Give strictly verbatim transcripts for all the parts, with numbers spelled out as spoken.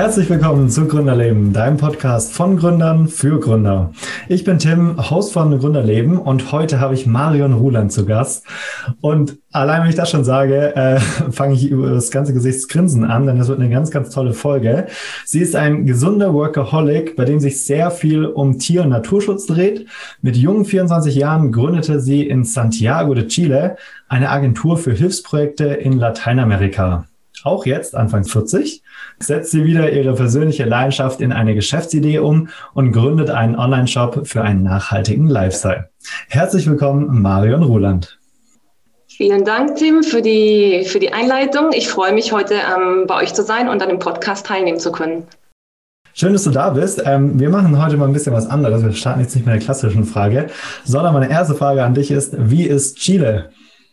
Herzlich willkommen zu Gründerleben, deinem Podcast von Gründern für Gründer. Ich bin Tim, Host von Gründerleben, und heute habe ich Marion Ruland zu Gast. Und allein, wenn ich das schon sage, äh, fange ich über das ganze Gesichtsgrinsen an, denn das wird eine ganz, ganz tolle Folge. Sie ist ein gesunder Workaholic, bei dem sich sehr viel um Tier- und Naturschutz dreht. Mit jungen vierundzwanzig Jahren gründete sie in Santiago de Chile eine Agentur für Hilfsprojekte in Lateinamerika. Auch jetzt, Anfang vierzig, setzt sie wieder ihre persönliche Leidenschaft in eine Geschäftsidee um und gründet einen Online-Shop für einen nachhaltigen Lifestyle. Herzlich willkommen, Marion Ruland. Vielen Dank, Tim, für die, für die Einleitung. Ich freue mich, heute ähm, bei euch zu sein und an dem Podcast teilnehmen zu können. Schön, dass du da bist. Ähm, wir machen heute mal ein bisschen was anderes. Wir starten jetzt nicht mit der klassischen Frage, sondern meine erste Frage an dich ist, wie ist Chile?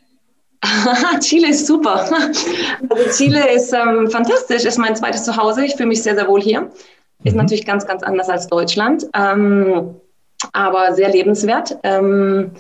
Chile ist super. Also Chile ist ähm, fantastisch, ist mein zweites Zuhause. Ich fühle mich sehr, sehr wohl hier. Ist mhm. natürlich ganz, ganz anders als Deutschland, ähm, aber sehr lebenswert ähm,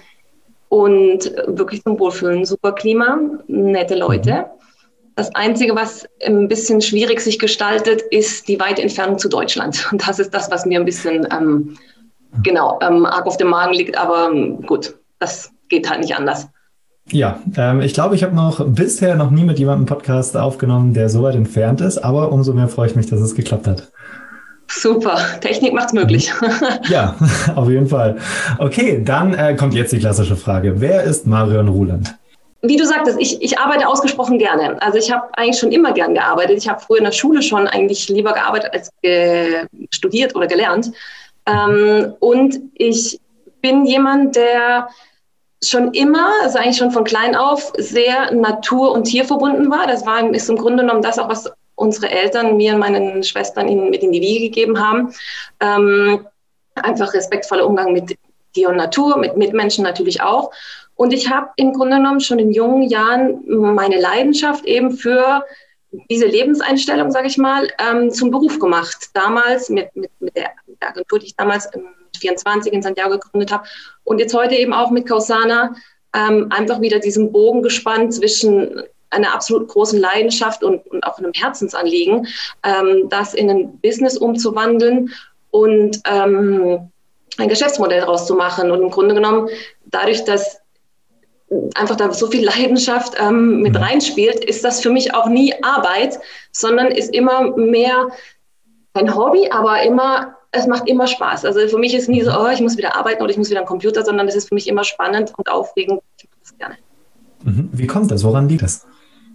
und wirklich zum Wohlfühlen. Super Klima, nette Leute. Mhm. Das Einzige, was ein bisschen schwierig sich gestaltet, ist die weite Entfernung zu Deutschland. Und das ist das, was mir ein bisschen ähm, genau ähm, arg auf dem Magen liegt. Aber gut, das geht halt nicht anders. Ja, ähm, ich glaube, ich habe noch bisher noch nie mit jemandem einen Podcast aufgenommen, der so weit entfernt ist, aber umso mehr freue ich mich, dass es geklappt hat. Super, Technik macht's möglich. Ja, auf jeden Fall. Okay, dann äh, kommt jetzt die klassische Frage. Wer ist Marion Ruland? Wie du sagtest, ich, ich arbeite ausgesprochen gerne. Also ich habe eigentlich schon immer gern gearbeitet. Ich habe früher in der Schule schon eigentlich lieber gearbeitet als ge- studiert oder gelernt. Ähm, und ich bin jemand, der schon immer, also eigentlich schon von klein auf, sehr natur- und tierverbunden war. Das war, ist im Grunde genommen das auch, was unsere Eltern mir und meinen Schwestern in, mit in die Wiege gegeben haben. Ähm, einfach respektvoller Umgang mit Tier und Natur, mit Mitmenschen natürlich auch. Und ich habe im Grunde genommen schon in jungen Jahren meine Leidenschaft eben für diese Lebenseinstellung, sage ich mal, ähm, zum Beruf gemacht. Damals mit, mit, mit der Agentur, die ich damals mit vierundzwanzig in Santiago gegründet habe. Und jetzt heute eben auch mit Kausana ähm, einfach wieder diesen Bogen gespannt zwischen einer absolut großen Leidenschaft und, und auch einem Herzensanliegen, ähm, das in ein Business umzuwandeln und ähm, ein Geschäftsmodell daraus zu machen. Und im Grunde genommen, dadurch, dass einfach da so viel Leidenschaft ähm, mit reinspielt, ist das für mich auch nie Arbeit, sondern ist immer mehr ein Hobby, aber immer, es macht immer Spaß. Also für mich ist nie so, oh, ich muss wieder arbeiten oder ich muss wieder am Computer, sondern es ist für mich immer spannend und aufregend. Ich mache das gerne. Wie kommt das? Woran liegt das?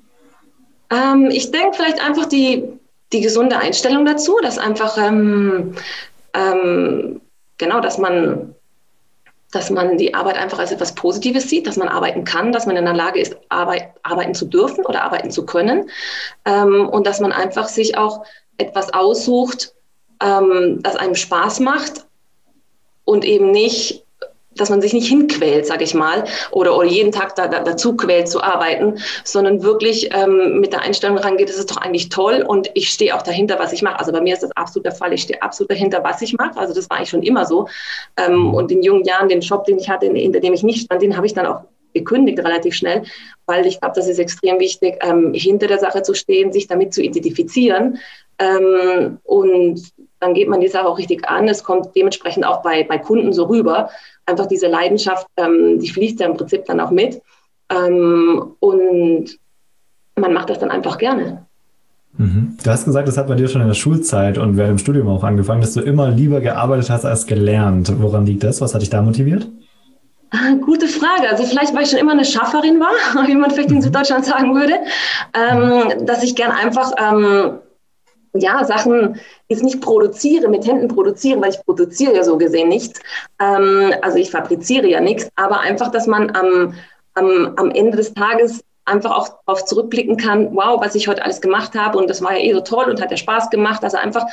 Ähm, ich denke vielleicht einfach die, die gesunde Einstellung dazu, dass einfach, ähm, ähm, genau, dass man dass man die Arbeit einfach als etwas Positives sieht, dass man arbeiten kann, dass man in der Lage ist, Arbeit, arbeiten zu dürfen oder arbeiten zu können ähm, und dass man einfach sich auch etwas aussucht, ähm, das einem Spaß macht und eben nicht, dass man sich nicht hinquält, sage ich mal, oder, oder jeden Tag da, da, dazu quält zu arbeiten, sondern wirklich ähm, mit der Einstellung rangeht, das ist doch eigentlich toll und ich stehe auch dahinter, was ich mache. Also bei mir ist das absolut der Fall, ich stehe absolut dahinter, was ich mache. Also das war eigentlich schon immer so. Ähm, und in jungen Jahren, den Job, den ich hatte, hinter dem ich nicht stand, den habe ich dann auch gekündigt relativ schnell, weil ich glaube, das ist extrem wichtig, ähm, hinter der Sache zu stehen, sich damit zu identifizieren ähm, und dann geht man die Sache auch richtig an. Es kommt dementsprechend auch bei, bei Kunden so rüber. Einfach diese Leidenschaft, ähm, die fließt ja im Prinzip dann auch mit. Ähm, und man macht das dann einfach gerne. Mhm. Du hast gesagt, das hat bei dir schon in der Schulzeit und während dem Studium auch angefangen, dass du immer lieber gearbeitet hast als gelernt. Woran liegt das? Was hat dich da motiviert? Gute Frage. Also vielleicht, weil ich schon immer eine Schafferin war, wie man vielleicht in Süddeutschland sagen würde, ähm, dass ich gern einfach ähm, ja, Sachen jetzt nicht produziere, mit Händen produziere, weil ich produziere ja so gesehen nichts. Ähm, also ich fabriziere ja nichts, aber einfach, dass man am, am, am Ende des Tages einfach auch darauf zurückblicken kann, wow, was ich heute alles gemacht habe und das war ja eh so toll und hat ja Spaß gemacht. Also einfach,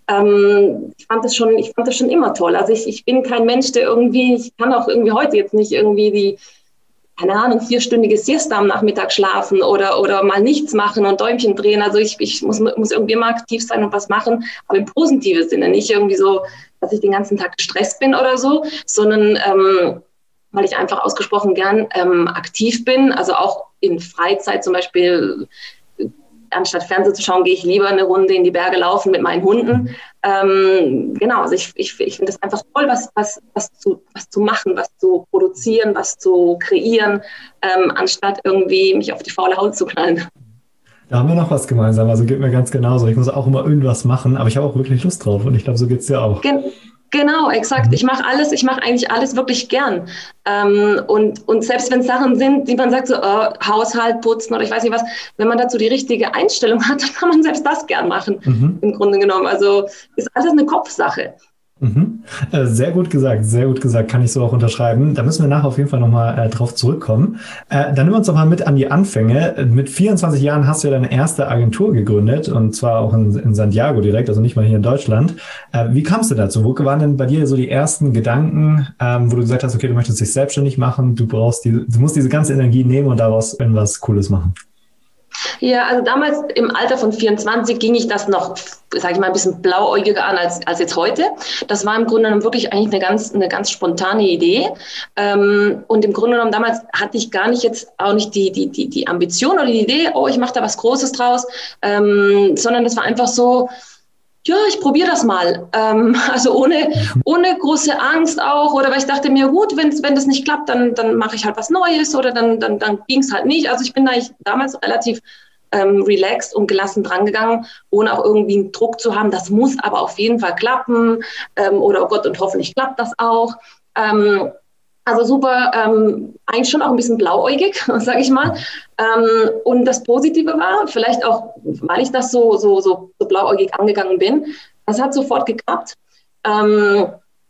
ähm, ich fand das schon, ich fand das schon immer toll. Also ich, ich bin kein Mensch, der irgendwie, ich kann auch irgendwie heute jetzt nicht irgendwie die keine Ahnung, vierstündige Siesta am Nachmittag schlafen oder, oder mal nichts machen und Däumchen drehen. Also ich, ich muss, muss irgendwie immer aktiv sein und was machen, aber im positiven Sinne. Nicht irgendwie so, dass ich den ganzen Tag gestresst bin oder so, sondern ähm, weil ich einfach ausgesprochen gern ähm, aktiv bin. Also auch in Freizeit zum Beispiel anstatt Fernsehen zu schauen, gehe ich lieber eine Runde in die Berge laufen mit meinen Hunden. Ähm, genau, also ich, ich, ich finde es einfach toll, was, was, was, zu, was zu machen, was zu produzieren, was zu kreieren, ähm, anstatt irgendwie mich auf die faule Haut zu knallen. Da haben wir noch was gemeinsam, also geht mir ganz genauso. Ich muss auch immer irgendwas machen, aber ich habe auch wirklich Lust drauf und ich glaube, so geht es dir auch. Gen- Genau, exakt. Ich mache alles, ich mache eigentlich alles wirklich gern. Ähm, und, und selbst wenn es Sachen sind, die man sagt, so äh, Haushalt putzen oder ich weiß nicht was, wenn man dazu die richtige Einstellung hat, dann kann man selbst das gern machen, Mhm. im Grunde genommen. Also ist alles eine Kopfsache. Mhm. Äh, Sehr gut gesagt, sehr gut gesagt, kann ich so auch unterschreiben. Da müssen wir nachher auf jeden Fall nochmal äh, drauf zurückkommen. Äh, dann nimm uns doch mal mit an die Anfänge. Mit vierundzwanzig Jahren hast du ja deine erste Agentur gegründet und zwar auch in, in Santiago direkt, also nicht mal hier in Deutschland. Äh, wie kamst du dazu? Wo waren denn bei dir so die ersten Gedanken, ähm, wo du gesagt hast, okay, du möchtest dich selbstständig machen, du brauchst die, du musst diese ganze Energie nehmen und daraus irgendwas Cooles machen? Ja, also damals im Alter von vierundzwanzig ging ich das noch, sage ich mal, ein bisschen blauäugiger an als, als jetzt heute. Das war im Grunde genommen wirklich eigentlich eine ganz, eine ganz spontane Idee. Ähm, und im Grunde genommen damals hatte ich gar nicht jetzt auch nicht die, die, die, die Ambition oder die Idee, oh, ich mache da was Großes draus, ähm, sondern das war einfach so, ja, ich probiere das mal. Ähm, also ohne, ohne große Angst auch. Oder weil ich dachte mir, gut, wenn, wenn das nicht klappt, dann, dann mache ich halt was Neues oder dann, dann, dann ging es halt nicht. Also ich bin da damals relativ ähm, relaxed und gelassen drangegangen, ohne auch irgendwie einen Druck zu haben. Das muss aber auf jeden Fall klappen. Ähm, oder oh Gott, und hoffentlich klappt das auch. Ähm, Also super, ähm, eigentlich schon auch ein bisschen blauäugig, sage ich mal. Ähm, und das Positive war, vielleicht auch, weil ich das so, so, so, so blauäugig angegangen bin, das hat sofort geklappt. Ähm,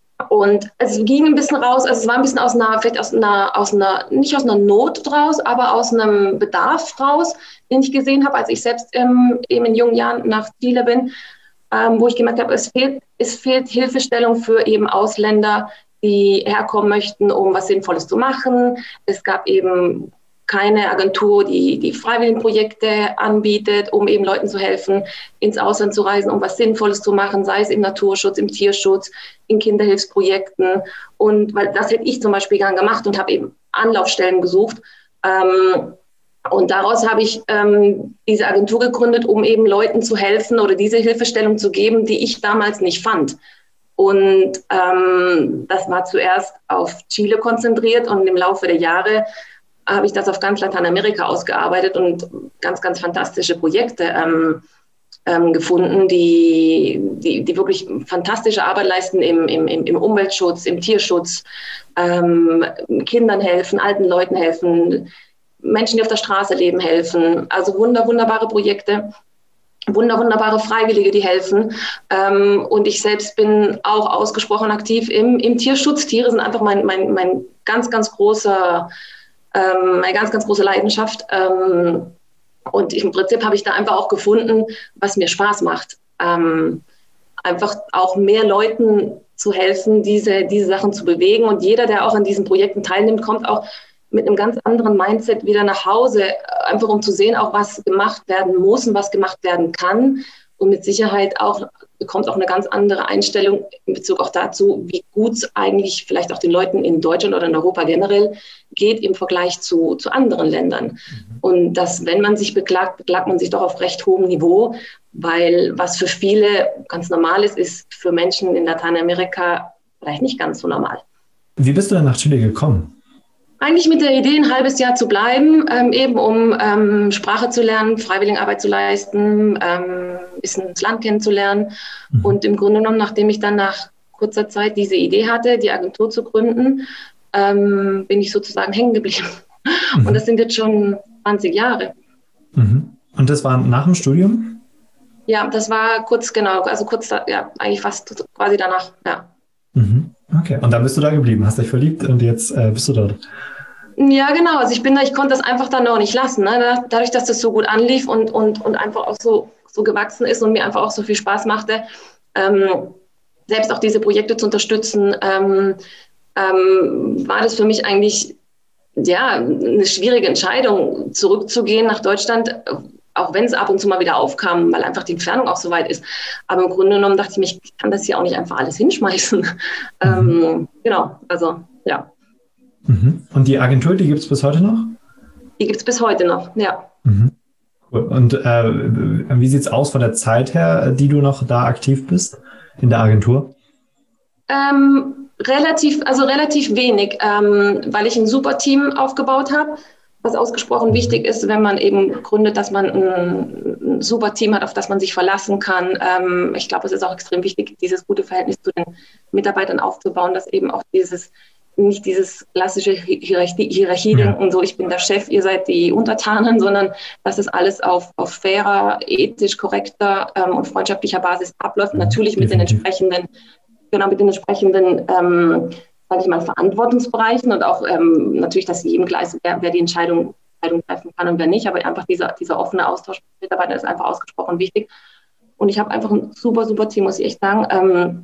und es ging ein bisschen raus, also es war ein bisschen aus einer, vielleicht aus einer, aus einer, nicht aus einer Not raus, aber aus einem Bedarf raus, den ich gesehen habe, als ich selbst ähm, eben in jungen Jahren nach Chile bin, ähm, wo ich gemerkt habe, es fehlt, es fehlt Hilfestellung für eben Ausländer, die herkommen möchten, um was Sinnvolles zu machen. Es gab eben keine Agentur, die die Freiwilligenprojekte anbietet, um eben Leuten zu helfen, ins Ausland zu reisen, um was Sinnvolles zu machen, sei es im Naturschutz, im Tierschutz, in Kinderhilfsprojekten. Und weil das hätte ich zum Beispiel gern gemacht und habe eben Anlaufstellen gesucht. Ähm, und daraus habe ich ähm, diese Agentur gegründet, um eben Leuten zu helfen oder diese Hilfestellung zu geben, die ich damals nicht fand. Und ähm, das war zuerst auf Chile konzentriert und im Laufe der Jahre habe ich das auf ganz Lateinamerika ausgearbeitet und ganz, ganz fantastische Projekte ähm, ähm, gefunden, die, die, die wirklich fantastische Arbeit leisten im, im, im Umweltschutz, im Tierschutz, ähm, Kindern helfen, alten Leuten helfen, Menschen, die auf der Straße leben, helfen. Also wunder, wunderbare Projekte. Wunder, wunderbare Freiwillige, die helfen. Ähm, und ich selbst bin auch ausgesprochen aktiv im, im Tierschutz. Tiere sind einfach mein, mein, mein ganz, ganz großer, ähm, meine ganz, ganz große Leidenschaft. Ähm, und im Prinzip habe ich da einfach auch gefunden, was mir Spaß macht. Ähm, einfach auch mehr Leuten zu helfen, diese, diese Sachen zu bewegen. Und jeder, der auch an diesen Projekten teilnimmt, kommt auch mit einem ganz anderen Mindset wieder nach Hause, einfach um zu sehen, auch was gemacht werden muss und was gemacht werden kann. Und mit Sicherheit auch bekommt auch eine ganz andere Einstellung in Bezug auch dazu, wie gut es eigentlich vielleicht auch den Leuten in Deutschland oder in Europa generell geht im Vergleich zu, zu anderen Ländern. Mhm. Und dass, wenn man sich beklagt, beklagt man sich doch auf recht hohem Niveau, weil was für viele ganz normal ist, ist für Menschen in Lateinamerika vielleicht nicht ganz so normal. Wie bist du denn nach Chile gekommen? Eigentlich mit der Idee, ein halbes Jahr zu bleiben, ähm, eben um ähm, Sprache zu lernen, Freiwilligenarbeit zu leisten, ähm, ein bisschen das Land kennenzulernen. Mhm. Und im Grunde genommen, nachdem ich dann nach kurzer Zeit diese Idee hatte, die Agentur zu gründen, ähm, bin ich sozusagen hängen geblieben. Mhm. Und das sind jetzt schon zwanzig Jahre. Mhm. Und das war nach dem Studium? Ja, das war kurz, genau, also kurz, ja, eigentlich fast quasi danach, ja. Mhm. Okay, und dann bist du da geblieben, hast dich verliebt und jetzt äh, bist du dort. Ja, genau. Also ich bin da, ich konnte das einfach dann noch nicht lassen. Ne? Dadurch, dass das so gut anlief und, und, und einfach auch so, so gewachsen ist und mir einfach auch so viel Spaß machte, ähm, selbst auch diese Projekte zu unterstützen, ähm, ähm, war das für mich eigentlich ja, eine schwierige Entscheidung, zurückzugehen nach Deutschland, auch wenn es ab und zu mal wieder aufkam, weil einfach die Entfernung auch so weit ist. Aber im Grunde genommen dachte ich mir, ich kann das hier auch nicht einfach alles hinschmeißen. Mhm. Ähm, genau, also ja. Mhm. Und die Agentur, die gibt es bis heute noch? Die gibt es bis heute noch, ja. Mhm. Und äh, wie sieht es aus von der Zeit her, die du noch da aktiv bist in der Agentur? Ähm, relativ, also relativ wenig, ähm, weil ich ein super Team aufgebaut habe, was ausgesprochen wichtig ist, wenn man eben gründet, dass man ein, ein super Team hat, auf das man sich verlassen kann. Ähm, ich glaube, es ist auch extrem wichtig, dieses gute Verhältnis zu den Mitarbeitern aufzubauen, dass eben auch dieses nicht dieses klassische Hierarchie, Hierarchiedenken, ja. So ich bin der Chef, ihr seid die Untertanen, sondern dass es alles auf, auf fairer, ethisch korrekter ähm, und freundschaftlicher Basis abläuft. Ja, natürlich definitiv. mit den entsprechenden, genau mit den entsprechenden, ähm, sage ich mal, Verantwortungsbereichen und auch ähm, natürlich, dass jedem klar ist, wer, wer die Entscheidung, Entscheidung treffen kann und wer nicht. Aber einfach dieser, dieser offene Austausch mit Mitarbeitern ist einfach ausgesprochen wichtig. Und ich habe einfach ein super, super Team, muss ich echt sagen. Ähm,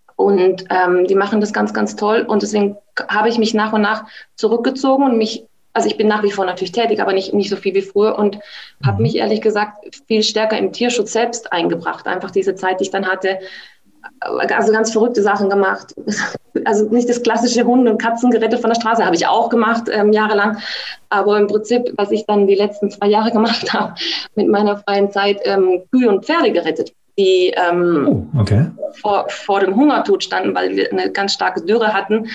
Und ähm, die machen das ganz, ganz toll. Und deswegen habe ich mich nach und nach zurückgezogen und mich, also ich bin nach wie vor natürlich tätig, aber nicht, nicht so viel wie früher und mhm. habe mich ehrlich gesagt viel stärker im Tierschutz selbst eingebracht. Einfach diese Zeit, die ich dann hatte, also ganz verrückte Sachen gemacht. Also nicht das klassische Hunde- und Katzen gerettet von der Straße, habe ich auch gemacht, ähm, jahrelang. Aber im Prinzip, was ich dann die letzten zwei Jahre gemacht habe, mit meiner freien Zeit, ähm, Kühe und Pferde gerettet, die ähm, oh, okay. vor, vor dem Hungertod standen, weil wir eine ganz starke Dürre hatten.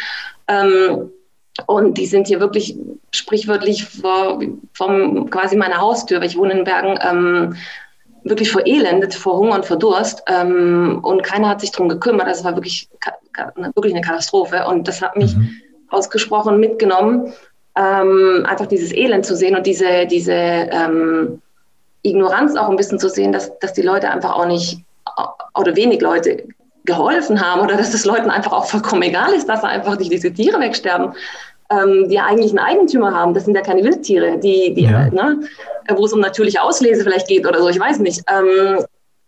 Ähm, und die sind hier wirklich sprichwörtlich vor, vom quasi meiner Haustür, weil ich wohne in Bergen, ähm, wirklich verelendet vor Hunger und vor Durst. Ähm, und keiner hat sich darum gekümmert. Das war wirklich, wirklich eine Katastrophe. Und das hat mich mhm. ausgesprochen mitgenommen, ähm, einfach dieses Elend zu sehen und diese, diese ähm, Ignoranz auch ein bisschen zu sehen, dass, dass die Leute einfach auch nicht, oder wenig Leute geholfen haben oder dass es Leuten einfach auch vollkommen egal ist, dass einfach nicht diese Tiere wegsterben, ähm, die ja eigentlich einen Eigentümer haben. Das sind ja keine Wildtiere, die, die, ja. ne, wo es um natürliche Auslese vielleicht geht oder so, ich weiß nicht. Ähm,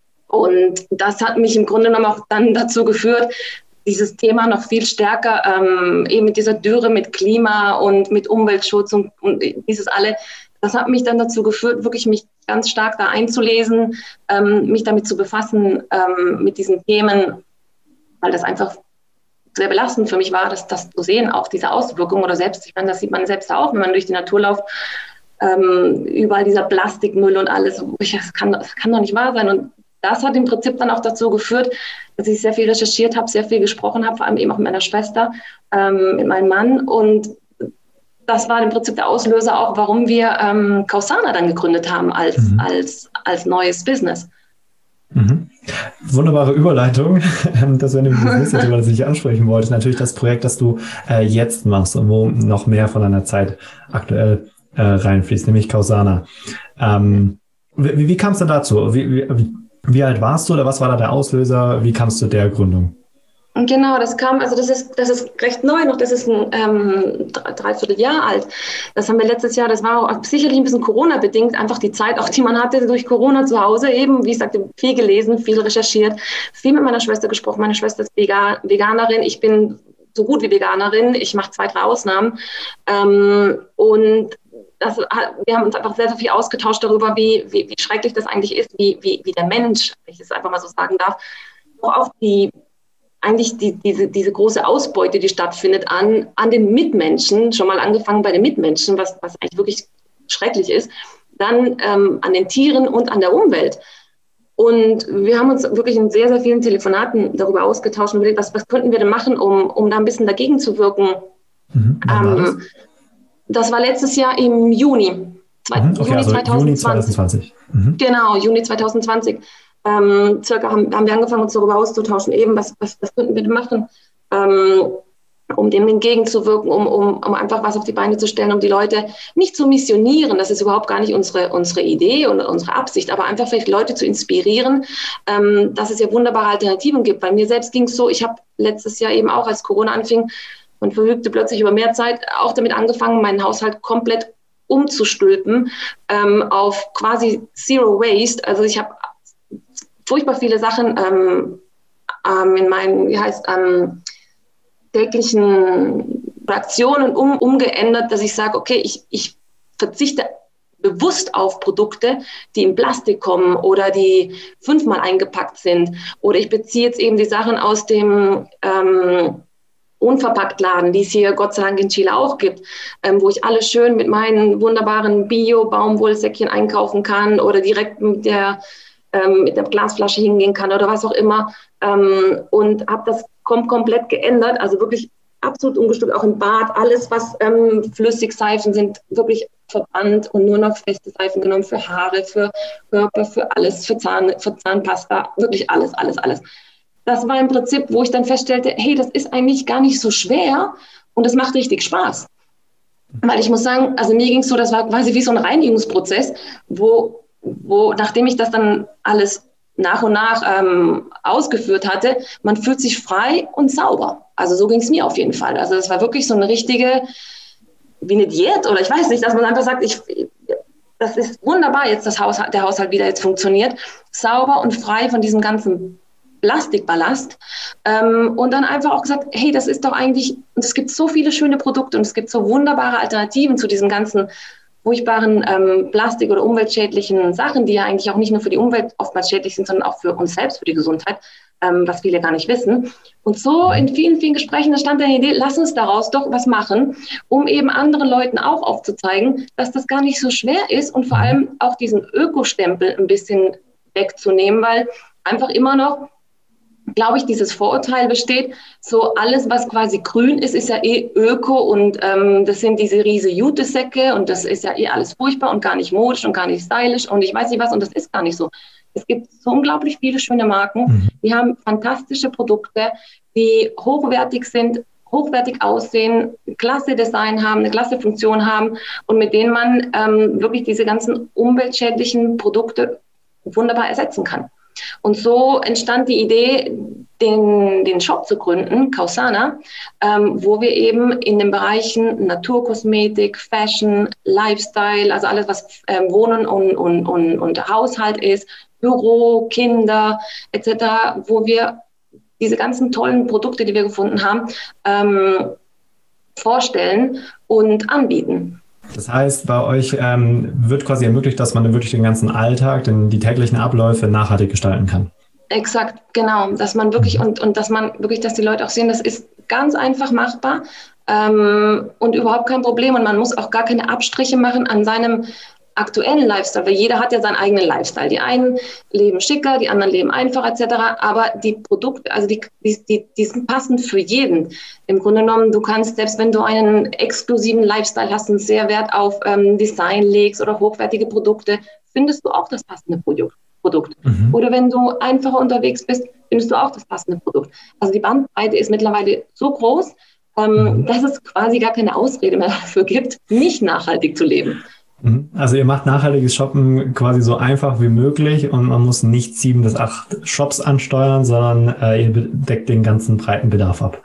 und das hat mich im Grunde genommen auch dann dazu geführt, dieses Thema noch viel stärker, ähm, eben mit dieser Dürre, mit Klima und mit Umweltschutz und, und dieses alle, das hat mich dann dazu geführt, wirklich mich ganz stark da einzulesen, ähm, mich damit zu befassen, ähm, mit diesen Themen, weil das einfach sehr belastend für mich war, das, das zu sehen, auch diese Auswirkungen oder selbst, ich meine, das sieht man selbst auch, wenn man durch die Natur läuft, ähm, überall dieser Plastikmüll und alles, das kann, das kann doch nicht wahr sein. Und das hat im Prinzip dann auch dazu geführt, dass ich sehr viel recherchiert habe, sehr viel gesprochen habe, vor allem eben auch mit meiner Schwester, ähm, mit meinem Mann und das war im Prinzip der Auslöser auch, warum wir ähm, Kausana dann gegründet haben als, mhm. als, als neues Business. Mhm. Wunderbare Überleitung. Das wäre nämlich das nächste Thema, das ich ansprechen wollte. Natürlich das Projekt, das du äh, jetzt machst und wo noch mehr von deiner Zeit aktuell äh, reinfließt, nämlich Kausana. Ähm, wie wie kam es denn dazu? Wie, wie, wie alt warst du oder was war da der Auslöser? Wie kamst du der Gründung? Genau, das kam, also das ist, das ist recht neu noch, das ist ein ähm, dreiviertel Jahr alt. Das haben wir letztes Jahr, das war auch sicherlich ein bisschen Corona-bedingt, einfach die Zeit, auch die man hatte durch Corona zu Hause eben, wie ich sagte, viel gelesen, viel recherchiert, viel mit meiner Schwester gesprochen. Meine Schwester ist Vegan, Veganerin, ich bin so gut wie Veganerin, ich mache zwei, drei Ausnahmen. Ähm, und das, wir haben uns einfach sehr, sehr viel ausgetauscht darüber, wie, wie, wie schrecklich das eigentlich ist, wie, wie, wie der Mensch, wenn ich das einfach mal so sagen darf, auch die eigentlich die, diese, diese große Ausbeute, die stattfindet an, an den Mitmenschen, schon mal angefangen bei den Mitmenschen, was, was eigentlich wirklich schrecklich ist, dann ähm, an den Tieren und an der Umwelt. Und wir haben uns wirklich in sehr, sehr vielen Telefonaten darüber ausgetauscht und überlegt, was, was könnten wir denn machen, um, um da ein bisschen dagegen zu wirken. Mhm, ähm, war das? das war letztes Jahr im Juni. Mhm, okay, Juni, also zweitausendzwanzig. Juni zweitausendzwanzig. Mhm. Genau, Juni zweitausendzwanzig. Ähm, circa haben, haben wir angefangen, uns darüber auszutauschen, eben, was, was, was könnten wir denn machen, ähm, um dem entgegenzuwirken, um, um, um einfach was auf die Beine zu stellen, um die Leute nicht zu missionieren, das ist überhaupt gar nicht unsere, unsere Idee und unsere Absicht, aber einfach vielleicht Leute zu inspirieren, ähm, dass es ja wunderbare Alternativen gibt. Bei mir selbst ging es so, ich habe letztes Jahr eben auch, als Corona anfing, und verfügte plötzlich über mehr Zeit, auch damit angefangen, meinen Haushalt komplett umzustülpen ähm, auf quasi Zero Waste. Also ich habe furchtbar viele Sachen ähm, ähm, in meinen, wie heißt, ähm, täglichen Aktionen um, umgeändert, dass ich sage, okay, ich, ich verzichte bewusst auf Produkte, die in Plastik kommen oder die fünfmal eingepackt sind. Oder ich beziehe jetzt eben die Sachen aus dem, ähm, Unverpacktladen, die es hier Gott sei Dank in Chile auch gibt, ähm, wo ich alles schön mit meinen wunderbaren Bio-Baumwollsäckchen einkaufen kann oder direkt mit der, ähm, mit der Glasflasche hingehen kann oder was auch immer. Ähm, und habe das kom- komplett geändert, also wirklich absolut umgestellt, auch im Bad. Alles, was ähm, Flüssigseifen sind, wirklich verbannt und nur noch feste Seifen genommen für Haare, für Körper, für alles, für, Zahn, für Zahnpasta, wirklich alles, alles, alles. Das war im Prinzip, wo ich dann feststellte, hey, das ist eigentlich gar nicht so schwer und das macht richtig Spaß. Weil ich muss sagen, also mir ging es so, das war quasi wie so ein Reinigungsprozess, wo, wo nachdem ich das dann alles nach und nach ähm, ausgeführt hatte, man fühlt sich frei und sauber. Also so ging es mir auf jeden Fall. Also das war wirklich so eine richtige, wie eine Diät oder ich weiß nicht, dass man einfach sagt, ich, das ist wunderbar jetzt, das Haus, der Haushalt wieder jetzt funktioniert, sauber und frei von diesem ganzen Plastikballast ähm, und dann einfach auch gesagt, hey, das ist doch eigentlich, und es gibt so viele schöne Produkte und es gibt so wunderbare Alternativen zu diesem ganzen furchtbaren ähm, Plastik- oder umweltschädlichen Sachen, die ja eigentlich auch nicht nur für die Umwelt oftmals schädlich sind, sondern auch für uns selbst, für die Gesundheit, ähm, was viele gar nicht wissen. Und so in vielen, vielen Gesprächen stand eine Idee, lass uns daraus doch was machen, um eben anderen Leuten auch aufzuzeigen, dass das gar nicht so schwer ist und vor allem auch diesen Ökostempel ein bisschen wegzunehmen, weil einfach immer noch, glaube ich, dieses Vorurteil besteht, so alles, was quasi grün ist, ist ja eh öko und ähm, das sind diese riese Jutesäcke und das ist ja eh alles furchtbar und gar nicht modisch und gar nicht stylisch und ich weiß nicht was und das ist gar nicht so. Es gibt so unglaublich viele schöne Marken, die haben fantastische Produkte, die hochwertig sind, hochwertig aussehen, klasse Design haben, eine klasse Funktion haben und mit denen man ähm, wirklich diese ganzen umweltschädlichen Produkte wunderbar ersetzen kann. Und so entstand die Idee, den, den Shop zu gründen, Kausana, ähm, wo wir eben in den Bereichen Naturkosmetik, Fashion, Lifestyle, also alles, was ähm, Wohnen und, und, und, und Haushalt ist, Büro, Kinder et cetera, wo wir diese ganzen tollen Produkte, die wir gefunden haben, ähm, vorstellen und anbieten. Das heißt, bei euch ähm, wird quasi ermöglicht, dass man wirklich den ganzen Alltag, den, die täglichen Abläufe nachhaltig gestalten kann. Exakt, genau. Dass man wirklich und, und dass man wirklich, dass die Leute auch sehen, das ist ganz einfach machbar ähm, und überhaupt kein Problem. Und man muss auch gar keine Abstriche machen an seinem aktuellen Lifestyle, weil jeder hat ja seinen eigenen Lifestyle. Die einen leben schicker, die anderen leben einfacher et cetera. Aber die Produkte, also die, die, die sind passend für jeden. Im Grunde genommen, du kannst, selbst wenn du einen exklusiven Lifestyle hast und sehr Wert auf ähm, Design legst oder hochwertige Produkte, findest du auch das passende Produkt. Produkt. Mhm. Oder wenn du einfacher unterwegs bist, findest du auch das passende Produkt. Also die Bandbreite ist mittlerweile so groß, ähm, mhm. dass es quasi gar keine Ausrede mehr dafür gibt, nicht nachhaltig zu leben. Also ihr macht nachhaltiges Shoppen quasi so einfach wie möglich und man muss nicht sieben bis acht Shops ansteuern, sondern äh, ihr deckt den ganzen breiten Bedarf ab.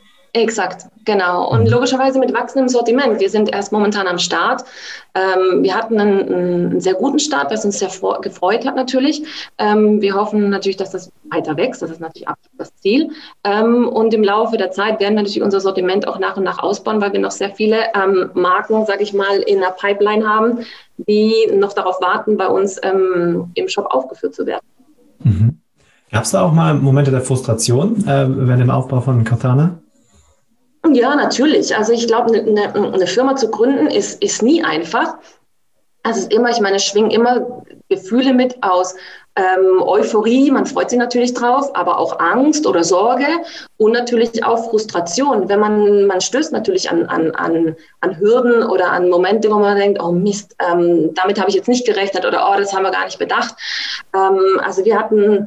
Exakt, genau. Und mhm. logischerweise mit wachsendem Sortiment. Wir sind erst momentan am Start. Ähm, wir hatten einen, einen sehr guten Start, was uns sehr fro- gefreut hat natürlich. Ähm, wir hoffen natürlich, dass das weiter wächst. Das ist natürlich absolut das Ziel. Ähm, und im Laufe der Zeit werden wir natürlich unser Sortiment auch nach und nach ausbauen, weil wir noch sehr viele ähm, Marken, sage ich mal, in der Pipeline haben, die noch darauf warten, bei uns ähm, im Shop aufgeführt zu werden. Mhm. Gab es da auch mal Momente der Frustration äh, während dem Aufbau von Kausana? Ja, natürlich. Also ich glaube, eine, eine Firma zu gründen ist, ist nie einfach. Also es ist immer, ich meine, es schwingen immer Gefühle mit aus ähm, Euphorie, man freut sich natürlich drauf, aber auch Angst oder Sorge und natürlich auch Frustration. Wenn man, man stößt natürlich an, an, an, an Hürden oder an Momente, wo man denkt, oh Mist, ähm, damit habe ich jetzt nicht gerechnet oder oh, das haben wir gar nicht bedacht. Ähm, also wir hatten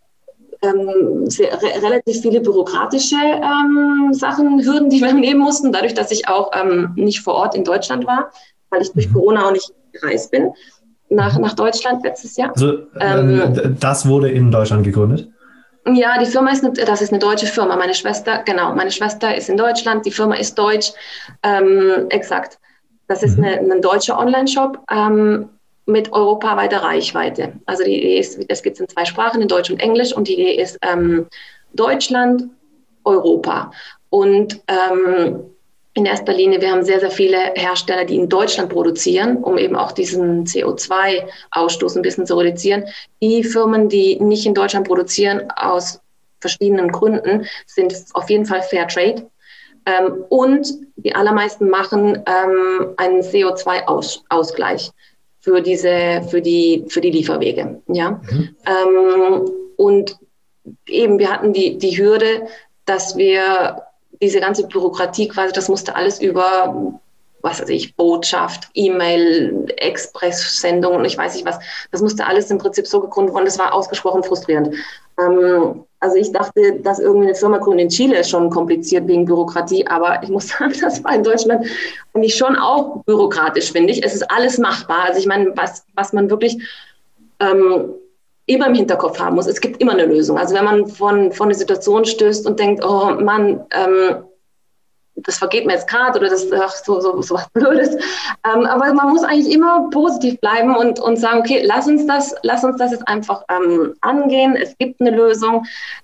Ähm, sehr, re- relativ viele bürokratische ähm, Sachen, Hürden, die wir nehmen mussten, dadurch, dass ich auch ähm, nicht vor Ort in Deutschland war, weil ich durch Corona auch nicht gereist bin, nach, nach Deutschland letztes Jahr. Also ähm, das wurde in Deutschland gegründet? Ja, die Firma ist eine, das ist eine deutsche Firma. Meine Schwester, genau, meine Schwester ist in Deutschland, die Firma ist deutsch, ähm, exakt. Das ist mhm. eine, ein deutscher Online-Shop. Ähm, mit europaweiter Reichweite. Also die Idee ist, es gibt es in zwei Sprachen, in Deutsch und Englisch, und die Idee ist ähm, Deutschland, Europa. Und ähm, in erster Linie, wir haben sehr, sehr viele Hersteller, die in Deutschland produzieren, um eben auch diesen C O zwei Ausstoß ein bisschen zu reduzieren. Die Firmen, die nicht in Deutschland produzieren, aus verschiedenen Gründen, sind auf jeden Fall Fairtrade. Ähm, und die allermeisten machen ähm, einen C O zwei Ausgleich für diese, für die, für die Lieferwege. Ja? Mhm. Ähm, und eben, wir hatten die, die Hürde, dass wir diese ganze Bürokratie quasi, das musste alles über, was weiß ich, Botschaft, E-Mail, Express-Sendungen, ich weiß nicht was, das musste alles im Prinzip so gegründet worden, das war ausgesprochen frustrierend. Ähm, also ich dachte, dass irgendwie eine Firma gründen in Chile ist schon kompliziert wegen Bürokratie, aber ich muss sagen, das war in Deutschland eigentlich schon auch bürokratisch, finde ich. Es ist alles machbar. Also ich meine, was, was man wirklich ähm, immer im Hinterkopf haben muss, es gibt immer eine Lösung. Also wenn man von, von eine Situation stößt und denkt, oh Mann, ähm, das vergeht mir jetzt gerade oder das ist so, so, so was Blödes. Ähm, aber man muss eigentlich immer positiv bleiben und, und sagen, okay, lass uns das, lass uns das jetzt einfach ähm, angehen. Es gibt eine Lösung.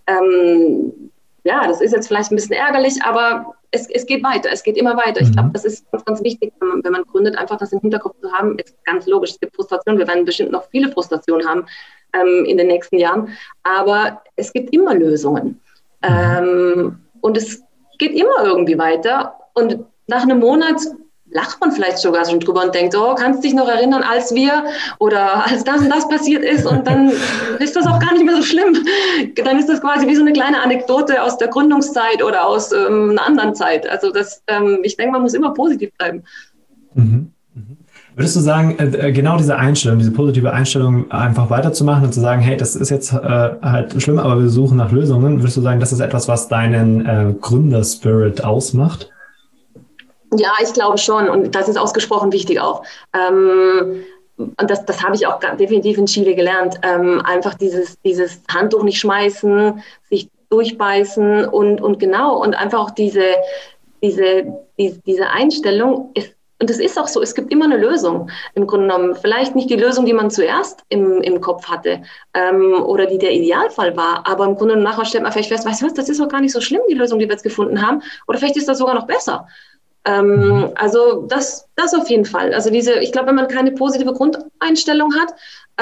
Ähm, ja, das ist jetzt vielleicht ein bisschen ärgerlich, aber es, es geht weiter. Es geht immer weiter. Mhm. Ich glaube, das ist ganz, ganz wichtig, wenn man, wenn man gründet, einfach das im Hinterkopf zu haben. Ist ganz logisch. Es gibt Frustrationen. Wir werden bestimmt noch viele Frustrationen haben ähm, in den nächsten Jahren. Aber es gibt immer Lösungen. Mhm. Ähm, und es geht immer irgendwie weiter und nach einem Monat lacht man vielleicht sogar schon drüber und denkt, oh, kannst dich noch erinnern, als wir oder als das und das passiert ist und dann ist das auch gar nicht mehr so schlimm. Dann ist das quasi wie so eine kleine Anekdote aus der Gründungszeit oder aus ähm, einer anderen Zeit. Also das, ähm, ich denke, man muss immer positiv bleiben. Mhm. Würdest du sagen, genau diese Einstellung, diese positive Einstellung einfach weiterzumachen und zu sagen, hey, das ist jetzt äh, halt schlimm, aber wir suchen nach Lösungen, würdest du sagen, das ist etwas, was deinen äh, Gründerspirit ausmacht? Ja, ich glaube schon und das ist ausgesprochen wichtig auch. Ähm, und das, das habe ich auch definitiv in Chile gelernt. Ähm, einfach dieses, dieses Handtuch nicht schmeißen, sich durchbeißen und, und genau und einfach auch diese, diese, die, diese Einstellung ist. Und es ist auch so, es gibt immer eine Lösung im Grunde genommen. Vielleicht nicht die Lösung, die man zuerst im, im Kopf hatte ähm, oder die der Idealfall war, aber im Grunde nachher stellt man vielleicht fest, weißt du was, das ist doch gar nicht so schlimm, die Lösung, die wir jetzt gefunden haben. Oder vielleicht ist das sogar noch besser. Ähm, also das, das auf jeden Fall. Also diese, ich glaube, wenn man keine positive Grundeinstellung hat,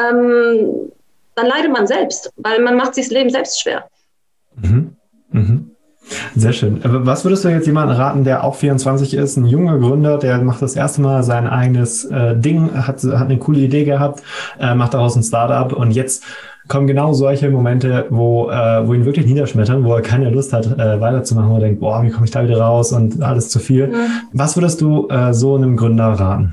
ähm, dann leidet man selbst, weil man macht sich das Leben selbst schwer. Mhm. Mhm. Sehr schön. Was würdest du jetzt jemandem raten, der auch vierundzwanzig ist, ein junger Gründer, der macht das erste Mal sein eigenes äh, Ding, hat, hat eine coole Idee gehabt, äh, macht daraus ein Startup und jetzt kommen genau solche Momente, wo, äh, wo ihn wirklich niederschmettern, wo er keine Lust hat, äh, weiterzumachen, wo er denkt, boah, wie komme ich da wieder raus und alles zu viel. Mhm. Was würdest du äh, so einem Gründer raten?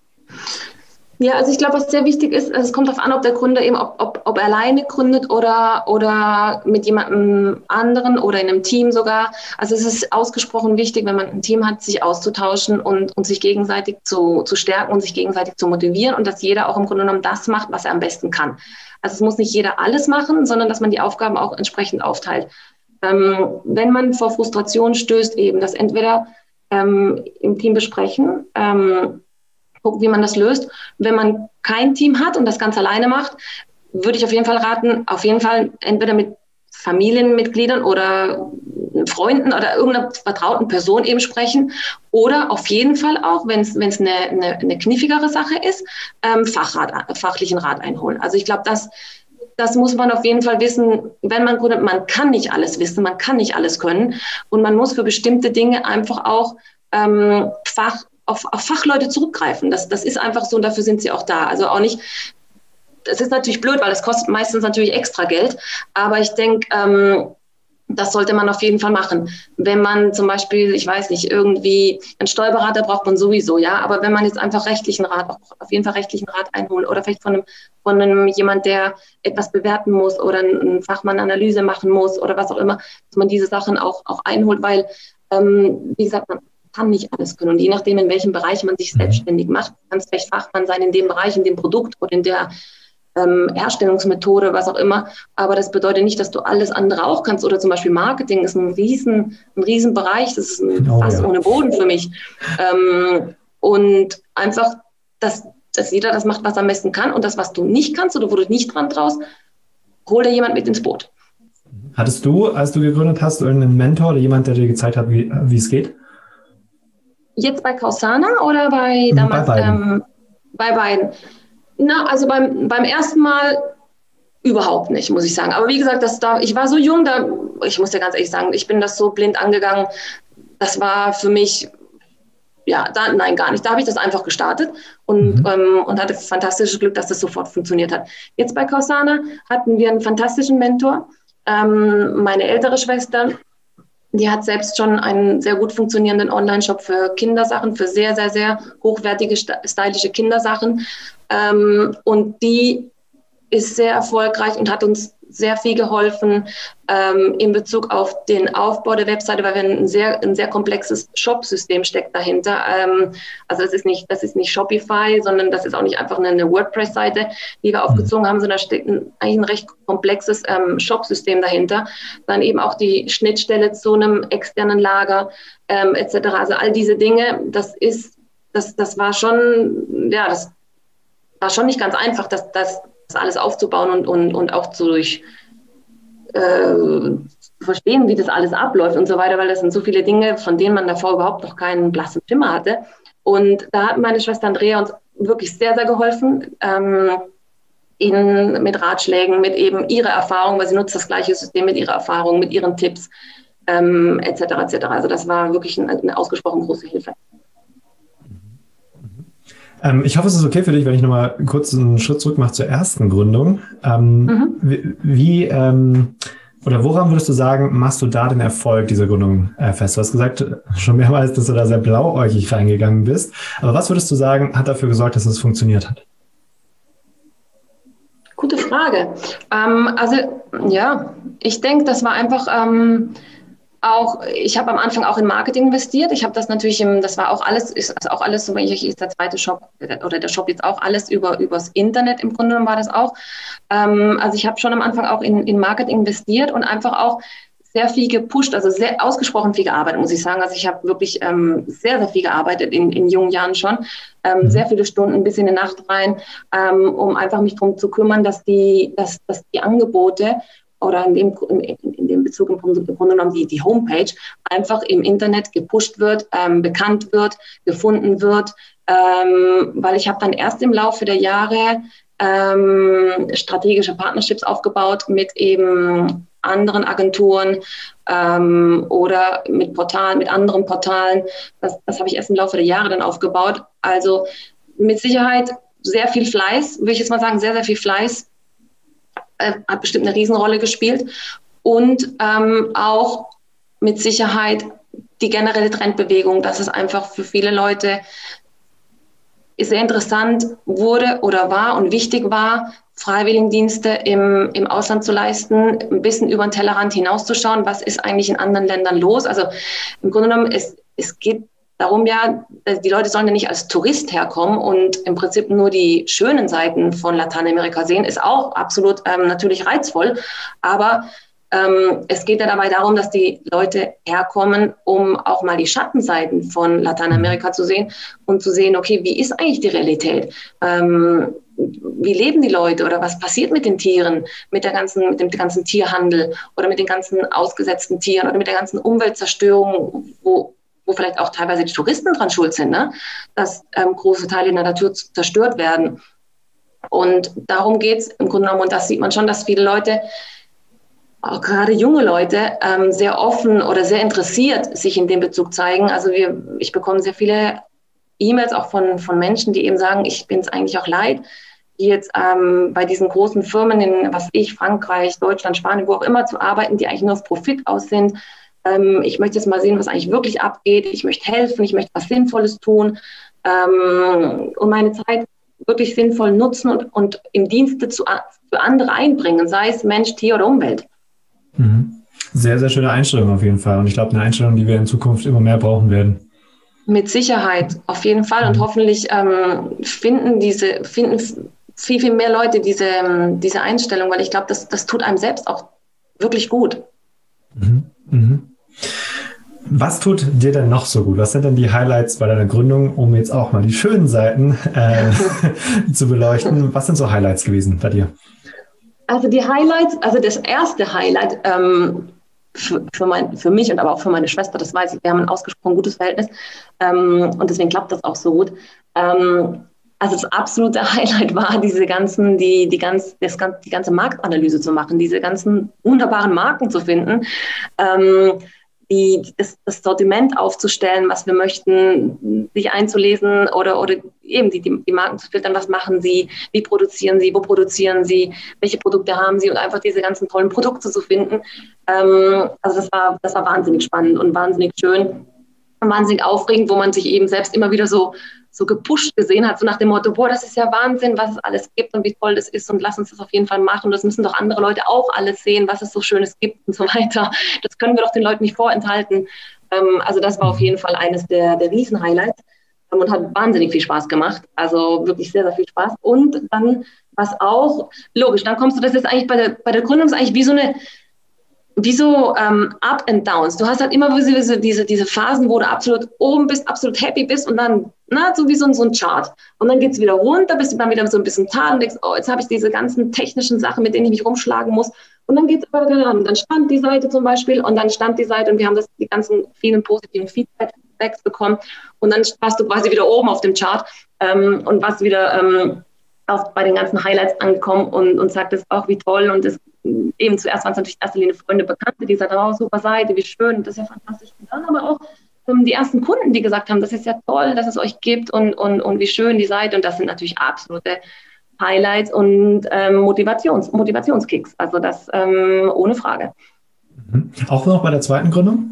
Ja, also ich glaube, was sehr wichtig ist, also es kommt darauf an, ob der Gründer eben, ob, ob, ob er alleine gründet oder, oder mit jemandem anderen oder in einem Team sogar. Also es ist ausgesprochen wichtig, wenn man ein Team hat, sich auszutauschen und, und sich gegenseitig zu, zu stärken und sich gegenseitig zu motivieren und dass jeder auch im Grunde genommen das macht, was er am besten kann. Also es muss nicht jeder alles machen, sondern dass man die Aufgaben auch entsprechend aufteilt. Ähm, wenn man vor Frustration stößt, eben das entweder ähm, im Team besprechen, ähm, gucken, wie man das löst. Wenn man kein Team hat und das ganz alleine macht, würde ich auf jeden Fall raten, auf jeden Fall entweder mit Familienmitgliedern oder Freunden oder irgendeiner vertrauten Person eben sprechen oder auf jeden Fall auch, wenn es wenn es eine, eine, eine kniffligere Sache ist, ähm, Fachrat, fachlichen Rat einholen. Also ich glaube, das, das muss man auf jeden Fall wissen, wenn man gründet, man kann nicht alles wissen, man kann nicht alles können und man muss für bestimmte Dinge einfach auch ähm, Fach Auf, auf Fachleute zurückgreifen. Das, das ist einfach so und dafür sind sie auch da. Also auch nicht, das ist natürlich blöd, weil das kostet meistens natürlich extra Geld, aber ich denke, ähm, das sollte man auf jeden Fall machen. Wenn man zum Beispiel, ich weiß nicht, irgendwie einen Steuerberater braucht man sowieso, ja, aber wenn man jetzt einfach rechtlichen Rat, auch auf jeden Fall rechtlichen Rat einholt oder vielleicht von einem, von einem jemand, der etwas bewerten muss oder ein Fachmann Analyse machen muss oder was auch immer, dass man diese Sachen auch, auch einholt, weil, ähm, wie gesagt, man kann nicht alles können. Und je nachdem, in welchem Bereich man sich selbstständig macht, kann es vielleicht Fachmann sein in dem Bereich, in dem Produkt oder in der ähm, Herstellungsmethode, was auch immer. Aber das bedeutet nicht, dass du alles andere auch kannst. Oder zum Beispiel Marketing ist ein riesen, ein riesen Bereich. Das ist ein oh, Fass ja. ohne Boden für mich. Ähm, und einfach, dass, dass jeder das macht, was er am besten kann. Und das, was du nicht kannst oder wo du nicht dran traust, hol dir jemand mit ins Boot. Hattest du, als du gegründet hast, irgendeinen Mentor oder jemand, der dir gezeigt hat, wie, wie es geht? Jetzt bei Kausana oder bei damals? Bei beiden. Ähm, bei beiden. Na, also beim, beim ersten Mal überhaupt nicht, muss ich sagen. Aber wie gesagt, das da, ich war so jung, da, ich muss dir ganz ehrlich sagen, ich bin das so blind angegangen. das war für mich, ja, da, nein, gar nicht. Da habe ich das einfach gestartet und, mhm. ähm, und hatte fantastisches Glück, dass das sofort funktioniert hat. Jetzt bei Kausana hatten wir einen fantastischen Mentor. Ähm, meine ältere Schwester, die hat selbst schon einen sehr gut funktionierenden Online-Shop für Kindersachen, für sehr, sehr, sehr hochwertige, stylische Kindersachen. Ähm, und die ist sehr erfolgreich und hat uns sehr viel geholfen ähm, in Bezug auf den Aufbau der Webseite, weil wir ein sehr, ein sehr komplexes Shop-System steckt dahinter. Ähm, also das ist nicht, das ist nicht Shopify, sondern das ist auch nicht einfach eine, eine WordPress-Seite, die wir aufgezogen haben, sondern da steckt ein, eigentlich ein recht komplexes ähm, Shop-System dahinter. Dann eben auch die Schnittstelle zu einem externen Lager ähm, et cetera. Also all diese Dinge, das ist, das, das war schon, ja, das war schon nicht ganz einfach, dass das das alles aufzubauen und, und, und auch zu durch, äh, zu verstehen, wie das alles abläuft und so weiter, weil das sind so viele Dinge, von denen man davor überhaupt noch keinen blassen Schimmer hatte. Und da hat meine Schwester Andrea uns wirklich sehr, sehr geholfen, ähm, ihnen mit Ratschlägen, mit eben ihrer Erfahrung, weil sie nutzt das gleiche System mit ihrer Erfahrung, mit ihren Tipps, ähm, et cetera et cetera. Also das war wirklich eine, eine ausgesprochen große Hilfe. Ähm, ich hoffe, es ist okay für dich, wenn ich nochmal kurz einen Schritt zurück mache zur ersten Gründung. Ähm, mhm. Wie, wie ähm, oder woran würdest du sagen, machst du da den Erfolg dieser Gründung äh, fest? Du hast gesagt schon mehrmals, dass du da sehr blauäugig reingegangen bist. Aber was würdest du sagen, hat dafür gesorgt, dass es funktioniert hat? Gute Frage. Ähm, also ja, ich denke, das war einfach... Ähm, Auch, ich habe am Anfang auch in Marketing investiert. Ich habe das natürlich, im, das war auch alles, ist also auch alles, so ich ist der zweite Shop oder der Shop jetzt auch alles über übers Internet im Grunde genommen war das auch. Ähm, also ich habe schon am Anfang auch in, in Marketing investiert und einfach auch sehr viel gepusht, also sehr ausgesprochen viel gearbeitet, muss ich sagen. Also ich habe wirklich ähm, sehr, sehr viel gearbeitet in, in jungen Jahren schon, ähm, mhm. sehr viele Stunden bis in die Nacht rein, ähm, um einfach mich darum zu kümmern, dass die, dass, dass die Angebote oder in dem, in, in dem Bezug im Grunde genommen die, die Homepage einfach im Internet gepusht wird, ähm, bekannt wird, gefunden wird, ähm, weil ich habe dann erst im Laufe der Jahre ähm, strategische Partnerships aufgebaut mit eben anderen Agenturen ähm, oder mit Portalen, mit anderen Portalen. Das, das habe ich erst im Laufe der Jahre dann aufgebaut. Also mit Sicherheit sehr viel Fleiß, würde ich jetzt mal sagen, sehr, sehr viel Fleiß, hat bestimmt eine Riesenrolle gespielt und ähm, auch mit Sicherheit die generelle Trendbewegung, dass es einfach für viele Leute sehr interessant wurde oder war und wichtig war, Freiwilligendienste im, im Ausland zu leisten, ein bisschen über den Tellerrand hinauszuschauen, was ist eigentlich in anderen Ländern los. Also im Grunde genommen, es, es geht darum ja, die Leute sollen ja nicht als Tourist herkommen und im Prinzip nur die schönen Seiten von Lateinamerika sehen, ist auch absolut ähm, natürlich reizvoll, aber ähm, es geht ja dabei darum, dass die Leute herkommen, um auch mal die Schattenseiten von Lateinamerika zu sehen und zu sehen, okay, wie ist eigentlich die Realität? Ähm, wie leben die Leute oder was passiert mit den Tieren, mit der ganzen, mit dem ganzen Tierhandel oder mit den ganzen ausgesetzten Tieren oder mit der ganzen Umweltzerstörung, wo wo vielleicht auch teilweise die Touristen dran schuld sind, ne? Dass ähm, große Teile der Natur zerstört werden. Und darum geht es im Grunde genommen. Und das sieht man schon, dass viele Leute, auch gerade junge Leute, ähm, sehr offen oder sehr interessiert sich in dem Bezug zeigen. Also wir, ich bekomme sehr viele E-Mails auch von, von Menschen, die eben sagen, ich bin es eigentlich auch leid, die jetzt ähm, bei diesen großen Firmen in, was ich, Frankreich, Deutschland, Spanien, wo auch immer zu arbeiten, die eigentlich nur auf Profit aus sind. Ich möchte jetzt mal sehen, was eigentlich wirklich abgeht. Ich möchte helfen, ich möchte was Sinnvolles tun ähm, und meine Zeit wirklich sinnvoll nutzen und, und im Dienste zu, für andere einbringen, sei es Mensch, Tier oder Umwelt. Sehr, sehr schöne Einstellung auf jeden Fall. Und ich glaube, eine Einstellung, die wir in Zukunft immer mehr brauchen werden. Mit Sicherheit, auf jeden Fall. Und mhm. hoffentlich ähm, finden diese, finden viel, viel mehr Leute diese, diese Einstellung, weil ich glaube, das, das tut einem selbst auch wirklich gut. Mhm. Mhm. Was tut dir denn noch so gut? Was sind denn die Highlights bei deiner Gründung, um jetzt auch mal die schönen Seiten äh, zu beleuchten? Was sind so Highlights gewesen bei dir? Also die Highlights, also das erste Highlight ähm, für, für, mein, für mich und aber auch für meine Schwester, das weiß ich, wir haben ein ausgesprochen gutes Verhältnis ähm, und deswegen klappt das auch so gut. Ähm, also das absolute Highlight war, diese ganzen, die, die, ganz, das, die ganze Marktanalyse zu machen, diese ganzen wunderbaren Marken zu finden. Ähm, die, das, das Sortiment aufzustellen, was wir möchten, sich einzulesen oder, oder eben die, die, die Marken zu filtern, was machen sie, wie produzieren sie, wo produzieren sie, welche Produkte haben sie und einfach diese ganzen tollen Produkte zu finden. Ähm, also das war, das war wahnsinnig spannend und wahnsinnig schön und wahnsinnig aufregend, wo man sich eben selbst immer wieder so so gepusht gesehen hat, so nach dem Motto, boah, das ist ja Wahnsinn, was es alles gibt und wie toll das ist und lass uns das auf jeden Fall machen. Und das müssen doch andere Leute auch alles sehen, was es so Schönes gibt und so weiter. Das können wir doch den Leuten nicht vorenthalten. Ähm, also das war auf jeden Fall eines der, der Riesen-Highlights ähm, und hat wahnsinnig viel Spaß gemacht. Also wirklich sehr, sehr viel Spaß. Und dann, was auch, logisch, dann kommst du, das ist eigentlich bei der, bei der Gründung ist eigentlich wie so eine wie so ähm, Up and Downs. Du hast halt immer diese, diese, diese Phasen, wo du absolut oben bist, absolut happy bist und dann, na, so wie so, so ein Chart. Und dann geht es wieder runter, bist du dann wieder so ein bisschen Tal und denkst, oh, jetzt habe ich diese ganzen technischen Sachen, mit denen ich mich rumschlagen muss. Und dann geht es aber wieder ran. Dann stand die Seite zum Beispiel und dann stand die Seite und wir haben das, die ganzen vielen positiven Feedbacks bekommen. Und dann warst du quasi wieder oben auf dem Chart ähm, und warst wieder ähm, auf, bei den ganzen Highlights angekommen und, und sagtest auch, wie toll und das eben zuerst waren es natürlich in erster Linie Freunde, Bekannte, die sagten, oh, super Seite, wie schön, das ist ja fantastisch. Und dann aber auch ähm, die ersten Kunden, die gesagt haben, das ist ja toll, dass es euch gibt und, und, und wie schön die Seite. Und das sind natürlich absolute Highlights und ähm, Motivations, Motivationskicks. Also das ähm, ohne Frage. Mhm. Auch noch bei der zweiten Gründung?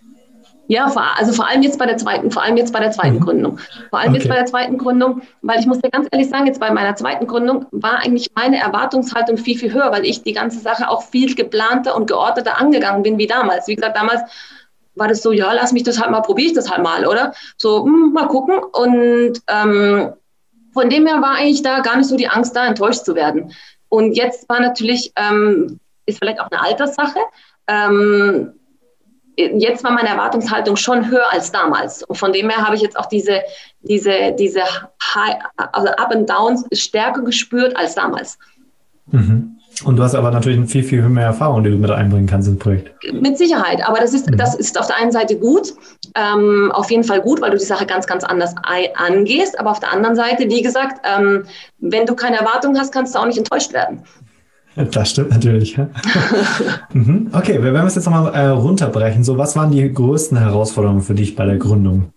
Ja, vor, also vor allem jetzt bei der zweiten, vor allem jetzt bei der zweiten mhm. Gründung. Vor allem okay. jetzt bei der zweiten Gründung, weil ich muss dir ganz ehrlich sagen, jetzt bei meiner zweiten Gründung war eigentlich meine Erwartungshaltung viel, viel höher, weil ich die ganze Sache auch viel geplanter und geordneter angegangen bin wie damals. Wie gesagt, damals war das so, ja, lass mich das halt mal, probiere ich das halt mal, oder? So, mh, mal gucken. Und ähm, von dem her war eigentlich da gar nicht so die Angst da, enttäuscht zu werden. Und jetzt war natürlich, ähm, ist vielleicht auch eine Alterssache, ähm, jetzt war meine Erwartungshaltung schon höher als damals. Und von dem her habe ich jetzt auch diese, diese, diese High, also Up and Downs stärker gespürt als damals. Mhm. Und du hast aber natürlich viel, viel mehr Erfahrung, die du mit einbringen kannst ins Projekt. Mit Sicherheit, aber das ist, mhm. das ist auf der einen Seite gut, ähm, auf jeden Fall gut, weil du die Sache ganz, ganz anders angehst. Aber auf der anderen Seite, wie gesagt, ähm, wenn du keine Erwartung hast, kannst du auch nicht enttäuscht werden. Das stimmt natürlich. mhm. Okay, wir werden es jetzt nochmal äh, runterbrechen. So, was waren die größten Herausforderungen für dich bei der Gründung?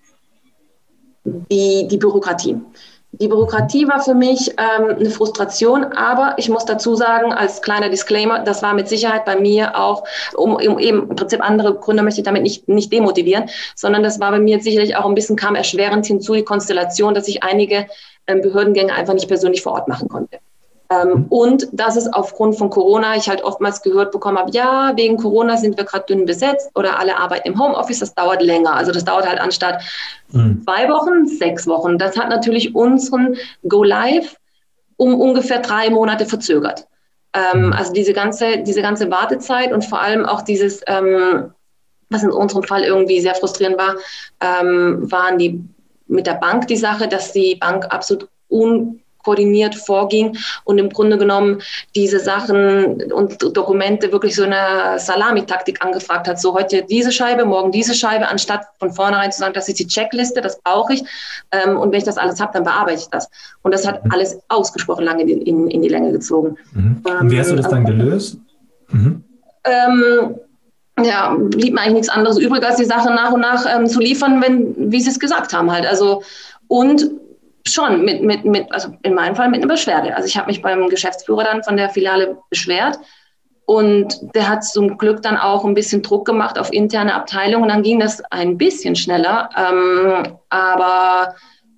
Die, die Bürokratie. Die Bürokratie war für mich ähm, eine Frustration, aber ich muss dazu sagen, als kleiner Disclaimer, das war mit Sicherheit bei mir auch, um, um eben im Prinzip andere Gründer möchte ich damit nicht, nicht demotivieren, sondern das war bei mir sicherlich auch ein bisschen, kam erschwerend hinzu, die Konstellation, dass ich einige ähm, Behördengänge einfach nicht persönlich vor Ort machen konnte. Ähm, und dass es aufgrund von Corona, ich halt oftmals gehört bekommen habe, ja, wegen Corona sind wir gerade dünn besetzt oder alle arbeiten im Homeoffice, das dauert länger. Also das dauert halt anstatt mhm. zwei Wochen, sechs Wochen. Das hat natürlich unseren Go-Live um ungefähr drei Monate verzögert. Ähm, also diese ganze, diese ganze Wartezeit und vor allem auch dieses, ähm, was in unserem Fall irgendwie sehr frustrierend war, ähm, waren die mit der Bank die Sache, dass die Bank absolut un koordiniert vorging und im Grunde genommen diese Sachen und Dokumente wirklich so eine Salamitaktik angefragt hat. So heute diese Scheibe, morgen diese Scheibe, anstatt von vornherein zu sagen, das ist die Checkliste, das brauche ich. Ähm, und wenn ich das alles habe, dann bearbeite ich das. Und das hat alles ausgesprochen lange in, in, in die Länge gezogen. Mhm. Und wie hast du das dann gelöst? Mhm. Ähm, ja, blieb mir eigentlich nichts anderes übrig, als die Sachen nach und nach ähm, zu liefern, wenn, wie sie es gesagt haben halt. Also, und schon, mit, mit, mit, also in meinem Fall mit einer Beschwerde. Also ich habe mich beim Geschäftsführer dann von der Filiale beschwert und der hat zum Glück dann auch ein bisschen Druck gemacht auf interne Abteilungen und dann ging das ein bisschen schneller. Ähm, aber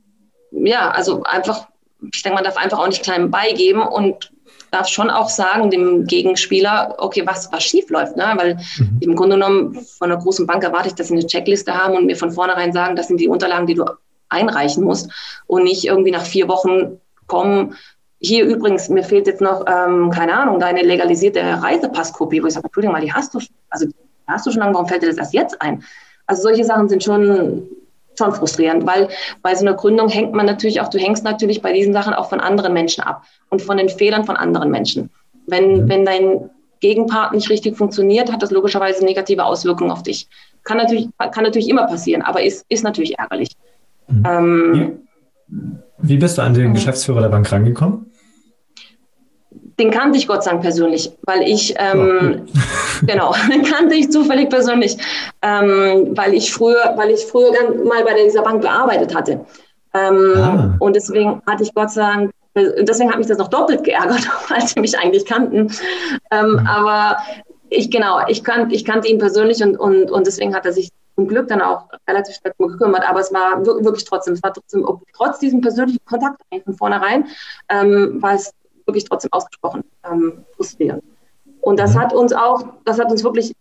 ja, also einfach, ich denke, man darf einfach auch nicht klein beigeben und darf schon auch sagen dem Gegenspieler, okay, was, was schief läuft, ne? Weil mhm. im Grunde genommen von einer großen Bank erwarte ich, dass sie eine Checkliste haben und mir von vornherein sagen, das sind die Unterlagen, die du einreichen musst und nicht irgendwie nach vier Wochen kommen. Hier übrigens, mir fehlt jetzt noch, ähm, keine Ahnung, deine legalisierte Reisepasskopie, wo ich sage, Entschuldigung mal, die hast du schon, also die hast du schon lange, warum fällt dir das erst jetzt ein? Also solche Sachen sind schon, schon frustrierend, weil bei so einer Gründung hängt man natürlich auch, du hängst natürlich bei diesen Sachen auch von anderen Menschen ab und von den Fehlern von anderen Menschen. Wenn, mhm. wenn dein Gegenpart nicht richtig funktioniert, hat das logischerweise negative Auswirkungen auf dich. Kann natürlich, kann natürlich immer passieren, aber ist, ist natürlich ärgerlich. Mhm. Ähm, Wie bist du an den Geschäftsführer der Bank rangekommen? den kannte ich Gott sei Dank persönlich, weil ich, ähm, oh, genau, den kannte ich zufällig persönlich, ähm, weil ich früher, weil ich früher mal bei dieser Bank gearbeitet hatte. Ähm, ah. Und deswegen hatte ich Gott sei Dank, deswegen hat mich das noch doppelt geärgert, weil sie mich eigentlich kannten. Ähm, mhm. Aber ich, genau, ich, kan, ich kannte ihn persönlich und, und, und deswegen hat er sich zum Glück dann auch relativ schnell gekümmert. Aber es war wirklich trotzdem, es war trotzdem, trotz diesem persönlichen Kontakt eigentlich von vornherein, ähm, war es wirklich trotzdem ausgesprochen ähm, frustrierend. Und das mhm. hat uns auch, das hat uns wirklich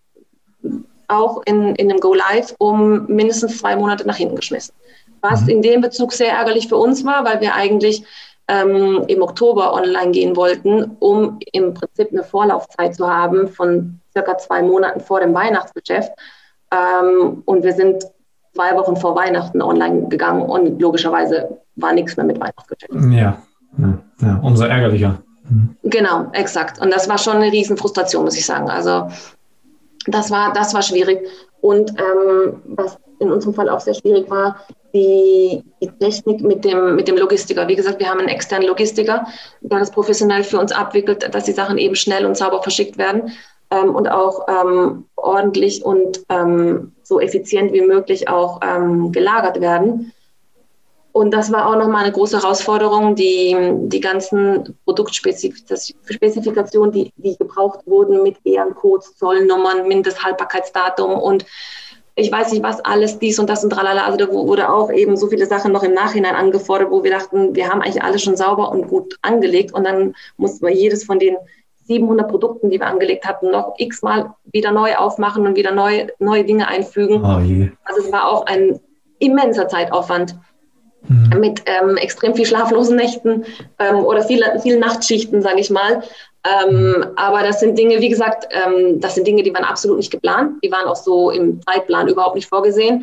auch in, in dem Go Live um mindestens zwei Monate nach hinten geschmissen. Was mhm. in dem Bezug sehr ärgerlich für uns war, weil wir eigentlich ähm, im Oktober online gehen wollten, um im Prinzip eine Vorlaufzeit zu haben von circa zwei Monaten vor dem Weihnachtsgeschäft. Ähm, und wir sind zwei Wochen vor Weihnachten online gegangen und logischerweise war nichts mehr mit Weihnachtsgeschäft. Ja, ja, ja, umso ärgerlicher. Mhm. Genau, exakt. Und das war schon eine riesen Frustration, muss ich sagen. Also das war, das war schwierig. Und ähm, was in unserem Fall auch sehr schwierig war, die, die Technik mit dem, mit dem Logistiker. Wie gesagt, wir haben einen externen Logistiker, der das professionell für uns abwickelt, dass die Sachen eben schnell und sauber verschickt werden ähm, und auch ähm, ordentlich und ähm, so effizient wie möglich auch ähm, gelagert werden. Und das war auch nochmal eine große Herausforderung, die, die ganzen Produktspezifikationen, die, die gebraucht wurden mit E A N-Codes, Zollnummern, Mindesthaltbarkeitsdatum und ich weiß nicht was, alles dies und das und tralala. Also da wurde auch eben so viele Sachen noch im Nachhinein angefordert, wo wir dachten, wir haben eigentlich alles schon sauber und gut angelegt und dann mussten wir jedes von den siebenhundert Produkten, die wir angelegt hatten, noch x-mal wieder neu aufmachen und wieder neu, neue Dinge einfügen. Oh je. Also es war auch ein immenser Zeitaufwand. Mhm. Mit ähm, extrem viel schlaflosen Nächten ähm, oder viele, vielen Nachtschichten, sage ich mal. Ähm, aber das sind Dinge, wie gesagt, ähm, das sind Dinge, die waren absolut nicht geplant. Die waren auch so im Zeitplan überhaupt nicht vorgesehen.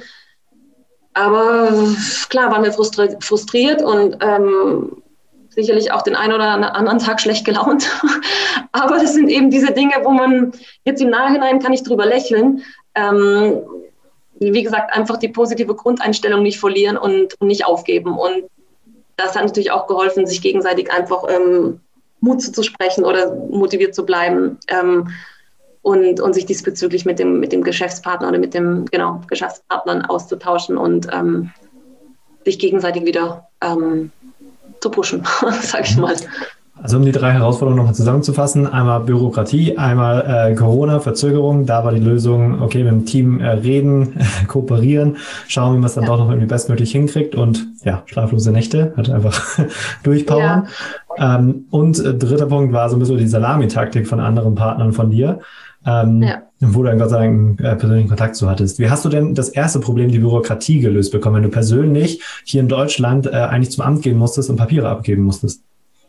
Aber klar waren wir frustri- frustriert und ähm, sicherlich auch den einen oder anderen Tag schlecht gelaunt. Aber das sind eben diese Dinge, wo man jetzt im Nachhinein kann ich drüber lächeln. Ähm, wie gesagt, einfach die positive Grundeinstellung nicht verlieren und, und nicht aufgeben. Und das hat natürlich auch geholfen, sich gegenseitig einfach ähm, Mut zuzusprechen oder motiviert zu bleiben ähm, und, und sich diesbezüglich mit dem, mit dem Geschäftspartner oder mit dem genau, Geschäftspartnern auszutauschen und ähm, sich gegenseitig wieder ähm, zu pushen, sage ich mal. Also um die drei Herausforderungen nochmal zusammenzufassen, einmal Bürokratie, einmal äh, Corona, Verzögerung, da war die Lösung, okay, mit dem Team äh, reden, kooperieren, schauen, wie man es dann ja. doch noch irgendwie bestmöglich hinkriegt und ja, schlaflose Nächte, halt einfach durchpowern. Ja. Ähm, und äh, dritter Punkt war so ein bisschen die Salami-Taktik von anderen Partnern von dir, ähm, ja. wo du dann Gott sei Dank einen äh, persönlichen Kontakt zu hattest. Wie hast du denn das erste Problem, die Bürokratie, gelöst bekommen, wenn du persönlich hier in Deutschland äh, eigentlich zum Amt gehen musstest und Papiere abgeben musstest?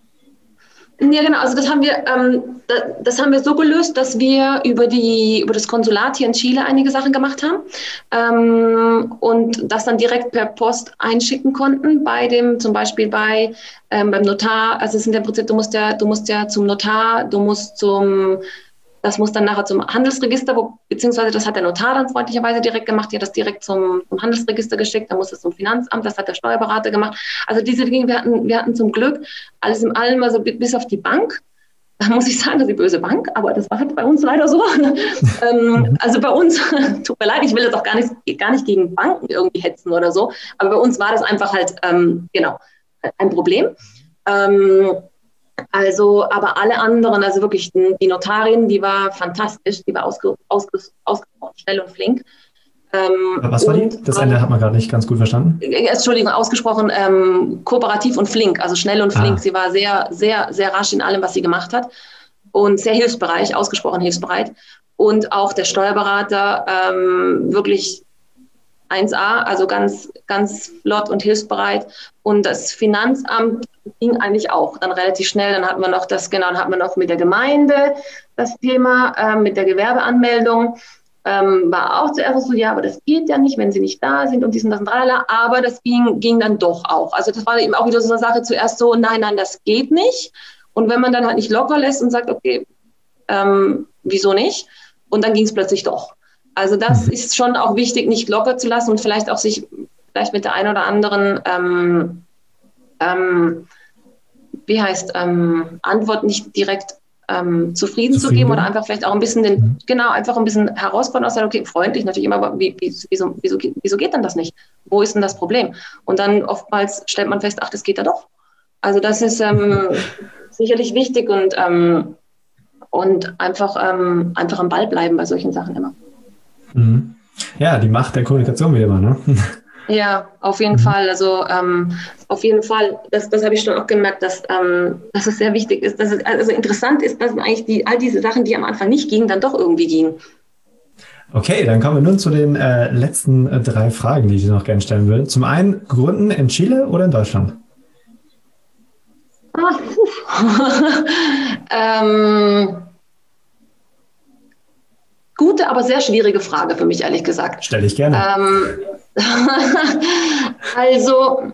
Ja, genau. Also das haben wir, ähm, das, das haben wir so gelöst, dass wir über die über das Konsulat hier in Chile einige Sachen gemacht haben ähm, und das dann direkt per Post einschicken konnten bei dem, zum Beispiel bei ähm, beim Notar. Also es sind im Prinzip, du musst ja, du musst ja zum Notar, du musst zum Das muss dann nachher zum Handelsregister, wo, beziehungsweise das hat der Notar dann freundlicherweise direkt gemacht, die hat das direkt zum, zum Handelsregister geschickt, dann muss es zum Finanzamt, das hat der Steuerberater gemacht. Also diese Dinge, wir hatten, wir hatten zum Glück alles in allem, also bis auf die Bank, da muss ich sagen, das ist die böse Bank, aber das war halt bei uns leider so. ähm, also bei uns, tut mir leid, ich will jetzt auch gar nicht, gar nicht gegen Banken irgendwie hetzen oder so, aber bei uns war das einfach halt, ähm, genau, ein Problem. Ähm, Also, aber alle anderen, also wirklich die Notarin, die war fantastisch, die war ausgesprochen ausge, ausge, schnell und flink. Ähm, Was war und, die? Das Ende hat man gerade nicht ganz gut verstanden. Entschuldigung, ausgesprochen ähm, kooperativ und flink, also schnell und flink. Ah. Sie war sehr, sehr, sehr rasch in allem, was sie gemacht hat und sehr hilfsbereit, ausgesprochen hilfsbereit. Und auch der Steuerberater ähm, wirklich eins A, also ganz, ganz flott und hilfsbereit. Und das Finanzamt ging eigentlich auch dann relativ schnell. Dann hatten wir noch das, genau, dann hatten wir noch mit der Gemeinde das Thema, äh, mit der Gewerbeanmeldung. Ähm, war auch zuerst so, ja, aber das geht ja nicht, wenn sie nicht da sind und dies und das und tralala. Aber das ging, ging dann doch auch. Also das war eben auch wieder so eine Sache zuerst so, nein, nein, das geht nicht. Und wenn man dann halt nicht locker lässt und sagt, okay, ähm, wieso nicht? Und dann ging es plötzlich doch. Also das ist schon auch wichtig, nicht locker zu lassen und vielleicht auch sich vielleicht mit der einen oder anderen ähm, ähm, wie heißt, ähm, Antwort nicht direkt ähm, zufrieden, zufrieden zu geben oder einfach vielleicht auch ein bisschen den, mhm. genau, einfach ein bisschen herausfordern und sagen, okay, freundlich natürlich immer, aber wie, wie, wieso, wieso, wieso geht denn das nicht? Wo ist denn das Problem? Und dann oftmals stellt man fest, ach, das geht ja doch. Also das ist ähm, sicherlich wichtig und, ähm, und einfach, ähm, einfach am Ball bleiben bei solchen Sachen immer. Mhm. Ja, die Macht der Kommunikation wieder mal, ne? Ja, auf jeden mhm. Fall. Also ähm, auf jeden Fall, das, das habe ich schon auch gemerkt, dass, ähm, dass es sehr wichtig ist, dass es also interessant ist, dass eigentlich die, all diese Sachen, die am Anfang nicht gingen, dann doch irgendwie gingen. Okay, dann kommen wir nun zu den äh, letzten äh, drei Fragen, die ich noch gerne stellen will. Zum einen, gründen in Chile oder in Deutschland? Ah, ähm, gute, aber sehr schwierige Frage für mich, ehrlich gesagt. Stelle ich gerne. Ähm, also,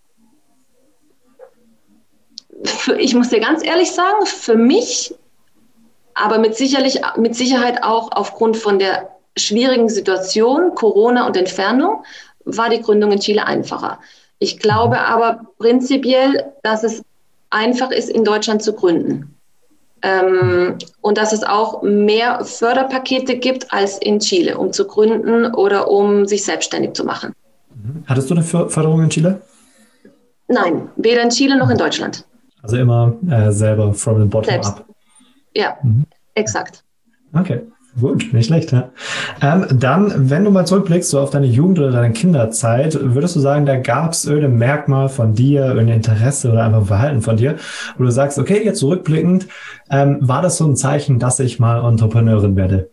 für, ich muss dir ganz ehrlich sagen, für mich, aber mit, sicherlich, mit Sicherheit auch aufgrund von der schwierigen Situation, Corona und Entfernung, war die Gründung in Chile einfacher. Ich glaube aber prinzipiell, dass es einfach ist, in Deutschland zu gründen. Ähm, und dass es auch mehr Förderpakete gibt als in Chile, um zu gründen oder um sich selbstständig zu machen. Hattest du eine Förderung in Chile? Nein, weder in Chile noch in Deutschland. Also immer äh, selber from the bottom Selbst. up. Ja, mhm. exakt. Okay, gut, nicht schlecht. Ja. Ähm, dann, wenn du mal zurückblickst so auf deine Jugend oder deine Kinderzeit, würdest du sagen, da gab es irgendein Merkmal von dir, irgendein Interesse oder einfach Verhalten von dir, wo du sagst, okay, jetzt zurückblickend, ähm, war das so ein Zeichen, dass ich mal Entrepreneurin werde?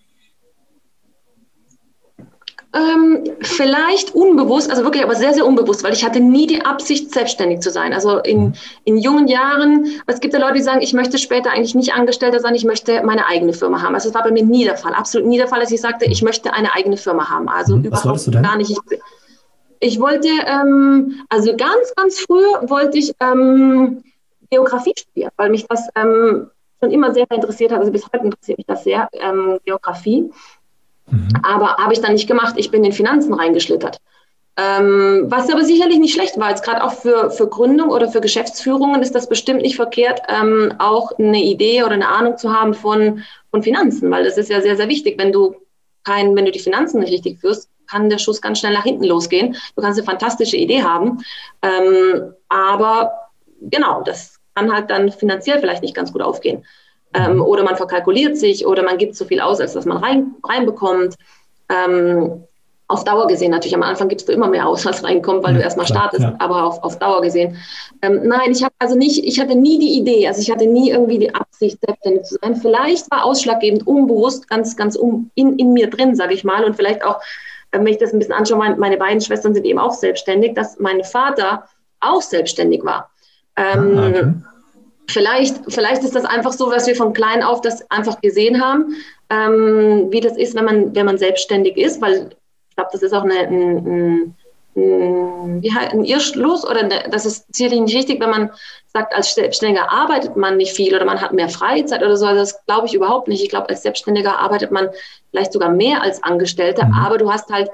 Ähm, vielleicht unbewusst, also wirklich aber sehr, sehr unbewusst, weil ich hatte nie die Absicht, selbstständig zu sein. Also in, in jungen Jahren, es gibt ja Leute, die sagen, ich möchte später eigentlich nicht Angestellter sein, ich möchte meine eigene Firma haben. Also das war bei mir nie der Fall, absolut nie der Fall, dass ich sagte, ich möchte eine eigene Firma haben. Also mhm. Was überhaupt du denn? gar nicht. Ich, ich wollte, ähm, also ganz, ganz früh wollte ich ähm, Geografie studieren, weil mich das ähm, schon immer sehr interessiert hat, also bis heute interessiert mich das sehr, ähm, Geografie. Mhm. Aber habe ich dann nicht gemacht. Ich bin in Finanzen reingeschlittert. Ähm, was aber sicherlich nicht schlecht war. Jetzt gerade auch für, für Gründung oder für Geschäftsführungen ist das bestimmt nicht verkehrt, ähm, auch eine Idee oder eine Ahnung zu haben von, von Finanzen, weil das ist ja sehr, sehr wichtig. Wenn du kein, wenn du die Finanzen nicht richtig führst, kann der Schuss ganz schnell nach hinten losgehen. Du kannst eine fantastische Idee haben, ähm, aber genau, das kann halt dann finanziell vielleicht nicht ganz gut aufgehen. Ähm, oder man verkalkuliert sich oder man gibt so viel aus, als dass man rein, reinbekommt. Ähm, auf Dauer gesehen natürlich, am Anfang gibst du immer mehr aus, als reinkommt, weil ja, du erstmal startest, ja. aber auf, auf Dauer gesehen. Ähm, nein, ich habe also nicht, ich hatte nie die Idee, also ich hatte nie irgendwie die Absicht, selbstständig zu sein. Vielleicht war ausschlaggebend unbewusst, ganz, ganz um, in, in mir drin, sage ich mal, und vielleicht auch, wenn ich das ein bisschen anschaue, meine, meine beiden Schwestern sind eben auch selbstständig, dass mein Vater auch selbstständig war. Ähm, ah, okay. Vielleicht, vielleicht ist das einfach so, dass wir von klein auf das einfach gesehen haben, ähm, wie das ist, wenn man, wenn man selbstständig ist, weil ich glaube, das ist auch eine, ein, ein, ein, wie heißt, ein Irrschluss oder eine, das ist sicherlich nicht richtig, wenn man sagt, als Selbstständiger arbeitet man nicht viel oder man hat mehr Freizeit oder so. Also das glaube ich überhaupt nicht. Ich glaube, als Selbstständiger arbeitet man vielleicht sogar mehr als Angestellter, mhm. aber du hast halt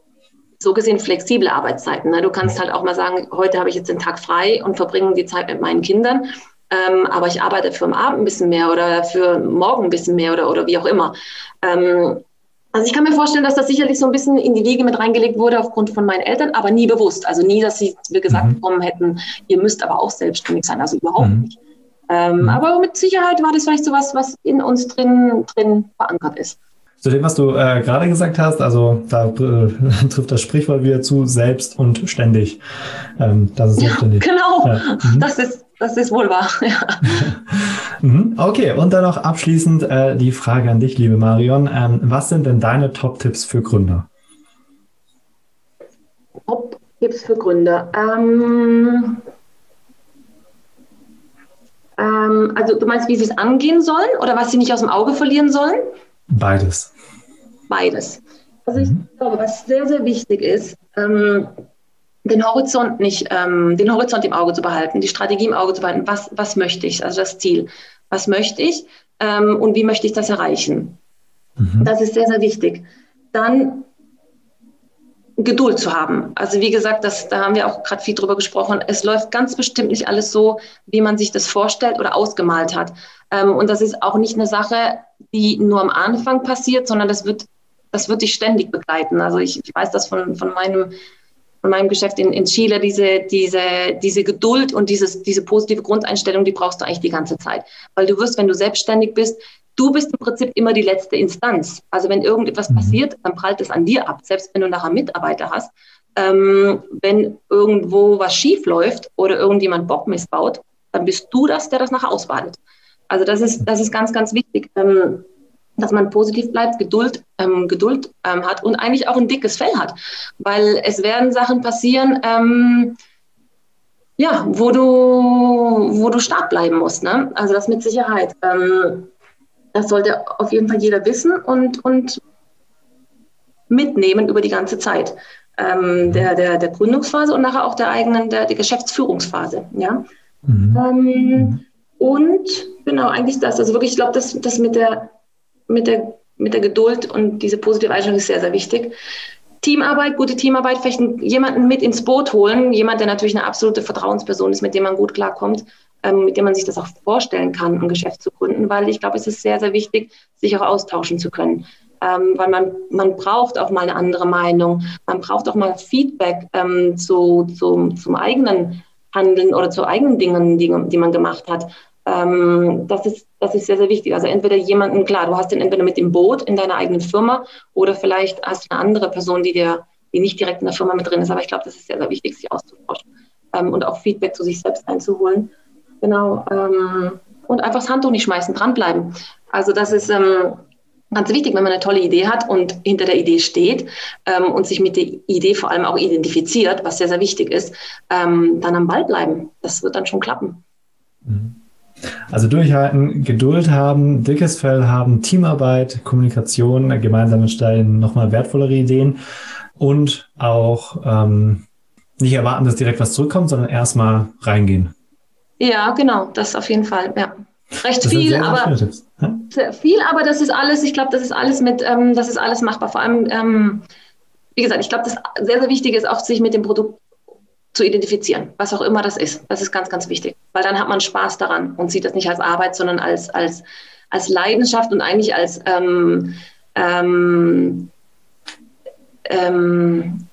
so gesehen flexible Arbeitszeiten. Ne? Du kannst halt auch mal sagen, heute habe ich jetzt den Tag frei und verbringe die Zeit mit meinen Kindern. Ähm, aber ich arbeite für am Abend ein bisschen mehr oder für morgen ein bisschen mehr oder, oder wie auch immer. Ähm, also ich kann mir vorstellen, dass das sicherlich so ein bisschen in die Wiege mit reingelegt wurde aufgrund von meinen Eltern, aber nie bewusst. Also nie, dass sie mir gesagt mhm. bekommen hätten, ihr müsst aber auch selbstständig sein. Also überhaupt mhm. nicht. Ähm, mhm. Aber mit Sicherheit war das vielleicht so was, was in uns drin, drin verankert ist. Zu dem, was du äh, gerade gesagt hast, also da äh, trifft das Sprichwort wieder zu, selbst und ständig. Ähm, das ist selbstständig. Ja, genau, ja. Mhm. das ist Das ist wohl wahr, ja. Okay, und dann noch abschließend äh, die Frage an dich, liebe Marion. Ähm, was sind denn deine Top-Tipps für Gründer? Top-Tipps für Gründer? Ähm, ähm, also du meinst, wie sie es angehen sollen oder was sie nicht aus dem Auge verlieren sollen? Beides. Beides. Also ich mhm. glaube, was sehr, sehr wichtig ist, ähm, den Horizont nicht, ähm, den Horizont im Auge zu behalten, die Strategie im Auge zu behalten. Was, was möchte ich? Also das Ziel. Was möchte ich? Ähm, und wie möchte ich das erreichen? Mhm. Das ist sehr, sehr wichtig. Dann Geduld zu haben. Also wie gesagt, das, da haben wir auch gerade viel drüber gesprochen. Es läuft ganz bestimmt nicht alles so, wie man sich das vorstellt oder ausgemalt hat. Ähm, und das ist auch nicht eine Sache, die nur am Anfang passiert, sondern das wird, das wird dich ständig begleiten. Also ich, ich weiß das von, von meinem von meinem Geschäft in, in Chile, diese, diese, diese Geduld und dieses, diese positive Grundeinstellung, die brauchst du eigentlich die ganze Zeit. Weil du wirst, wenn du selbstständig bist, du bist im Prinzip immer die letzte Instanz. Also wenn irgendetwas mhm. passiert, dann prallt es an dir ab. Selbst wenn du nachher Mitarbeiter hast, ähm, wenn irgendwo was schief läuft oder irgendjemand Bock missbaut, dann bist du das, der das nachher ausbadet. Also das ist, das ist ganz, ganz wichtig. Ähm, dass man positiv bleibt, Geduld, ähm, Geduld ähm, hat und eigentlich auch ein dickes Fell hat. Weil es werden Sachen passieren, ähm, ja, wo du, wo du stark bleiben musst. Ne? Also das mit Sicherheit. Ähm, das sollte auf jeden Fall jeder wissen und, und mitnehmen über die ganze Zeit. Ähm, der, der, der Gründungsphase und nachher auch der eigenen, der, der Geschäftsführungsphase. Ja? Mhm. Ähm, und genau, eigentlich das. Also wirklich, ich glaube, das, das mit der Mit der, mit der Geduld und diese positive Einstellung ist sehr, sehr wichtig. Teamarbeit, gute Teamarbeit, vielleicht jemanden mit ins Boot holen, jemand, der natürlich eine absolute Vertrauensperson ist, mit dem man gut klarkommt, ähm, mit dem man sich das auch vorstellen kann, ein Geschäft zu gründen, weil ich glaube, es ist sehr, sehr wichtig, sich auch austauschen zu können. Ähm, weil man, man braucht auch mal eine andere Meinung, man braucht auch mal Feedback ähm, zu, zu, zum eigenen Handeln oder zu eigenen Dingen, die, die man gemacht hat. Ähm, das ist, das ist sehr, sehr wichtig. Also entweder jemanden, klar, du hast den entweder mit im Boot in deiner eigenen Firma oder vielleicht hast du eine andere Person, die dir, die nicht direkt in der Firma mit drin ist. Aber ich glaube, das ist sehr, sehr wichtig, sich auszutauschen ähm, und auch Feedback zu sich selbst einzuholen. Genau. Ähm, und einfach das Handtuch nicht schmeißen, dranbleiben. Also das ist ähm, ganz wichtig, wenn man eine tolle Idee hat und hinter der Idee steht ähm, und sich mit der Idee vor allem auch identifiziert, was sehr, sehr wichtig ist, ähm, dann am Ball bleiben. Das wird dann schon klappen. Also durchhalten, Geduld haben, dickes Fell haben, Teamarbeit, Kommunikation, gemeinsam entstehen nochmal wertvollere Ideen und auch ähm, nicht erwarten, dass direkt was zurückkommt, sondern erstmal reingehen. Ja, genau, das auf jeden Fall, ja. Recht das viel, sehr, aber sehr sehr viel, aber das ist alles, ich glaube, das ist alles mit, ähm, das ist alles machbar. Vor allem, ähm, wie gesagt, ich glaube, das sehr, sehr wichtig ist auch, sich mit dem Produkt zu identifizieren, was auch immer das ist. Das ist ganz, ganz wichtig, weil dann hat man Spaß daran und sieht das nicht als Arbeit, sondern als, als, als Leidenschaft und eigentlich als ähm, ähm, ähm,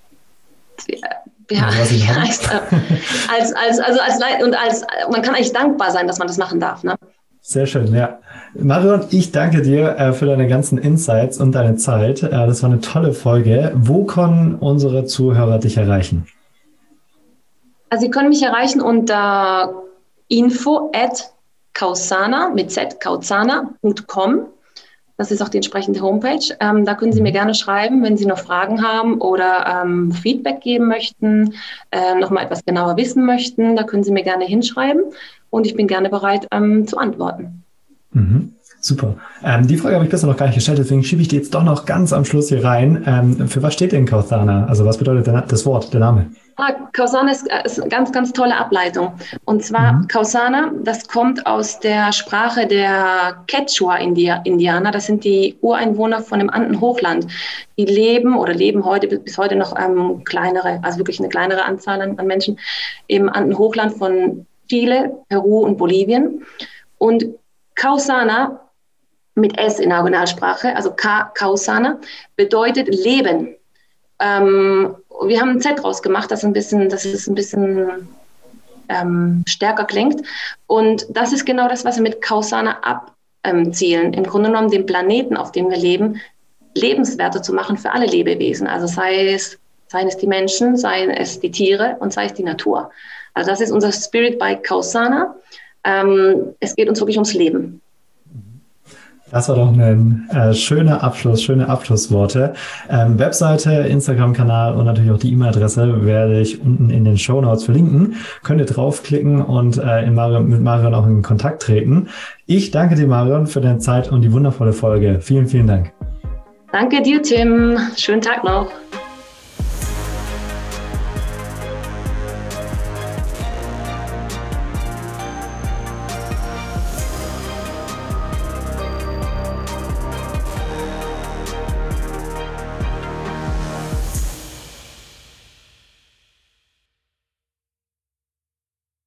ja, wie heißt, äh, als, als, also als Leid und als man kann eigentlich dankbar sein, dass man das machen darf. Ne? Sehr schön, ja. Marion, ich danke dir äh, für deine ganzen Insights und deine Zeit. Äh, das war eine tolle Folge. Wo können unsere Zuhörer dich erreichen? Also Sie können mich erreichen unter info at kausana mit z kausana punkt com. Das ist auch die entsprechende Homepage. Ähm, da können Sie mir gerne schreiben, wenn Sie noch Fragen haben oder ähm, Feedback geben möchten, äh, nochmal etwas genauer wissen möchten. Da können Sie mir gerne hinschreiben und ich bin gerne bereit ähm, zu antworten. Mhm. Super. Ähm, die Frage habe ich bisher noch gar nicht gestellt, deswegen schiebe ich die jetzt doch noch ganz am Schluss hier rein. Ähm, für was steht denn Kausana? Also was bedeutet der, das Wort, der Name? Ah, Kausana ist, ist eine ganz, ganz tolle Ableitung. Und zwar mhm. Kausana, das kommt aus der Sprache der Quechua-Indianer. Das sind die Ureinwohner von dem Andenhochland. Die leben oder leben heute bis heute noch ähm, kleinere, also wirklich eine kleinere Anzahl an, an Menschen im Andenhochland von Chile, Peru und Bolivien. Und Kausana mit S in der Originalsprache, also Ka, Kausana, bedeutet Leben. Ähm, wir haben ein Z draus gemacht, das ein bisschen, das ist ein bisschen ähm, stärker klingt. Und das ist genau das, was wir mit Kausana abzielen. Im Grunde genommen den Planeten, auf dem wir leben, lebenswerter zu machen für alle Lebewesen. Also sei es, seien es die Menschen, seien es die Tiere und sei es die Natur. Also das ist unser Spirit bei Kausana. Ähm, es geht uns wirklich ums Leben. Das war doch ein äh, schöner Abschluss, schöne Abschlussworte. Ähm, Webseite, Instagram-Kanal und natürlich auch die E-Mail-Adresse werde ich unten in den Shownotes verlinken. Könnt ihr draufklicken und äh, in Marion, mit Marion auch in Kontakt treten. Ich danke dir, Marion, für deine Zeit und die wundervolle Folge. Vielen, vielen Dank. Danke dir, Tim. Schönen Tag noch.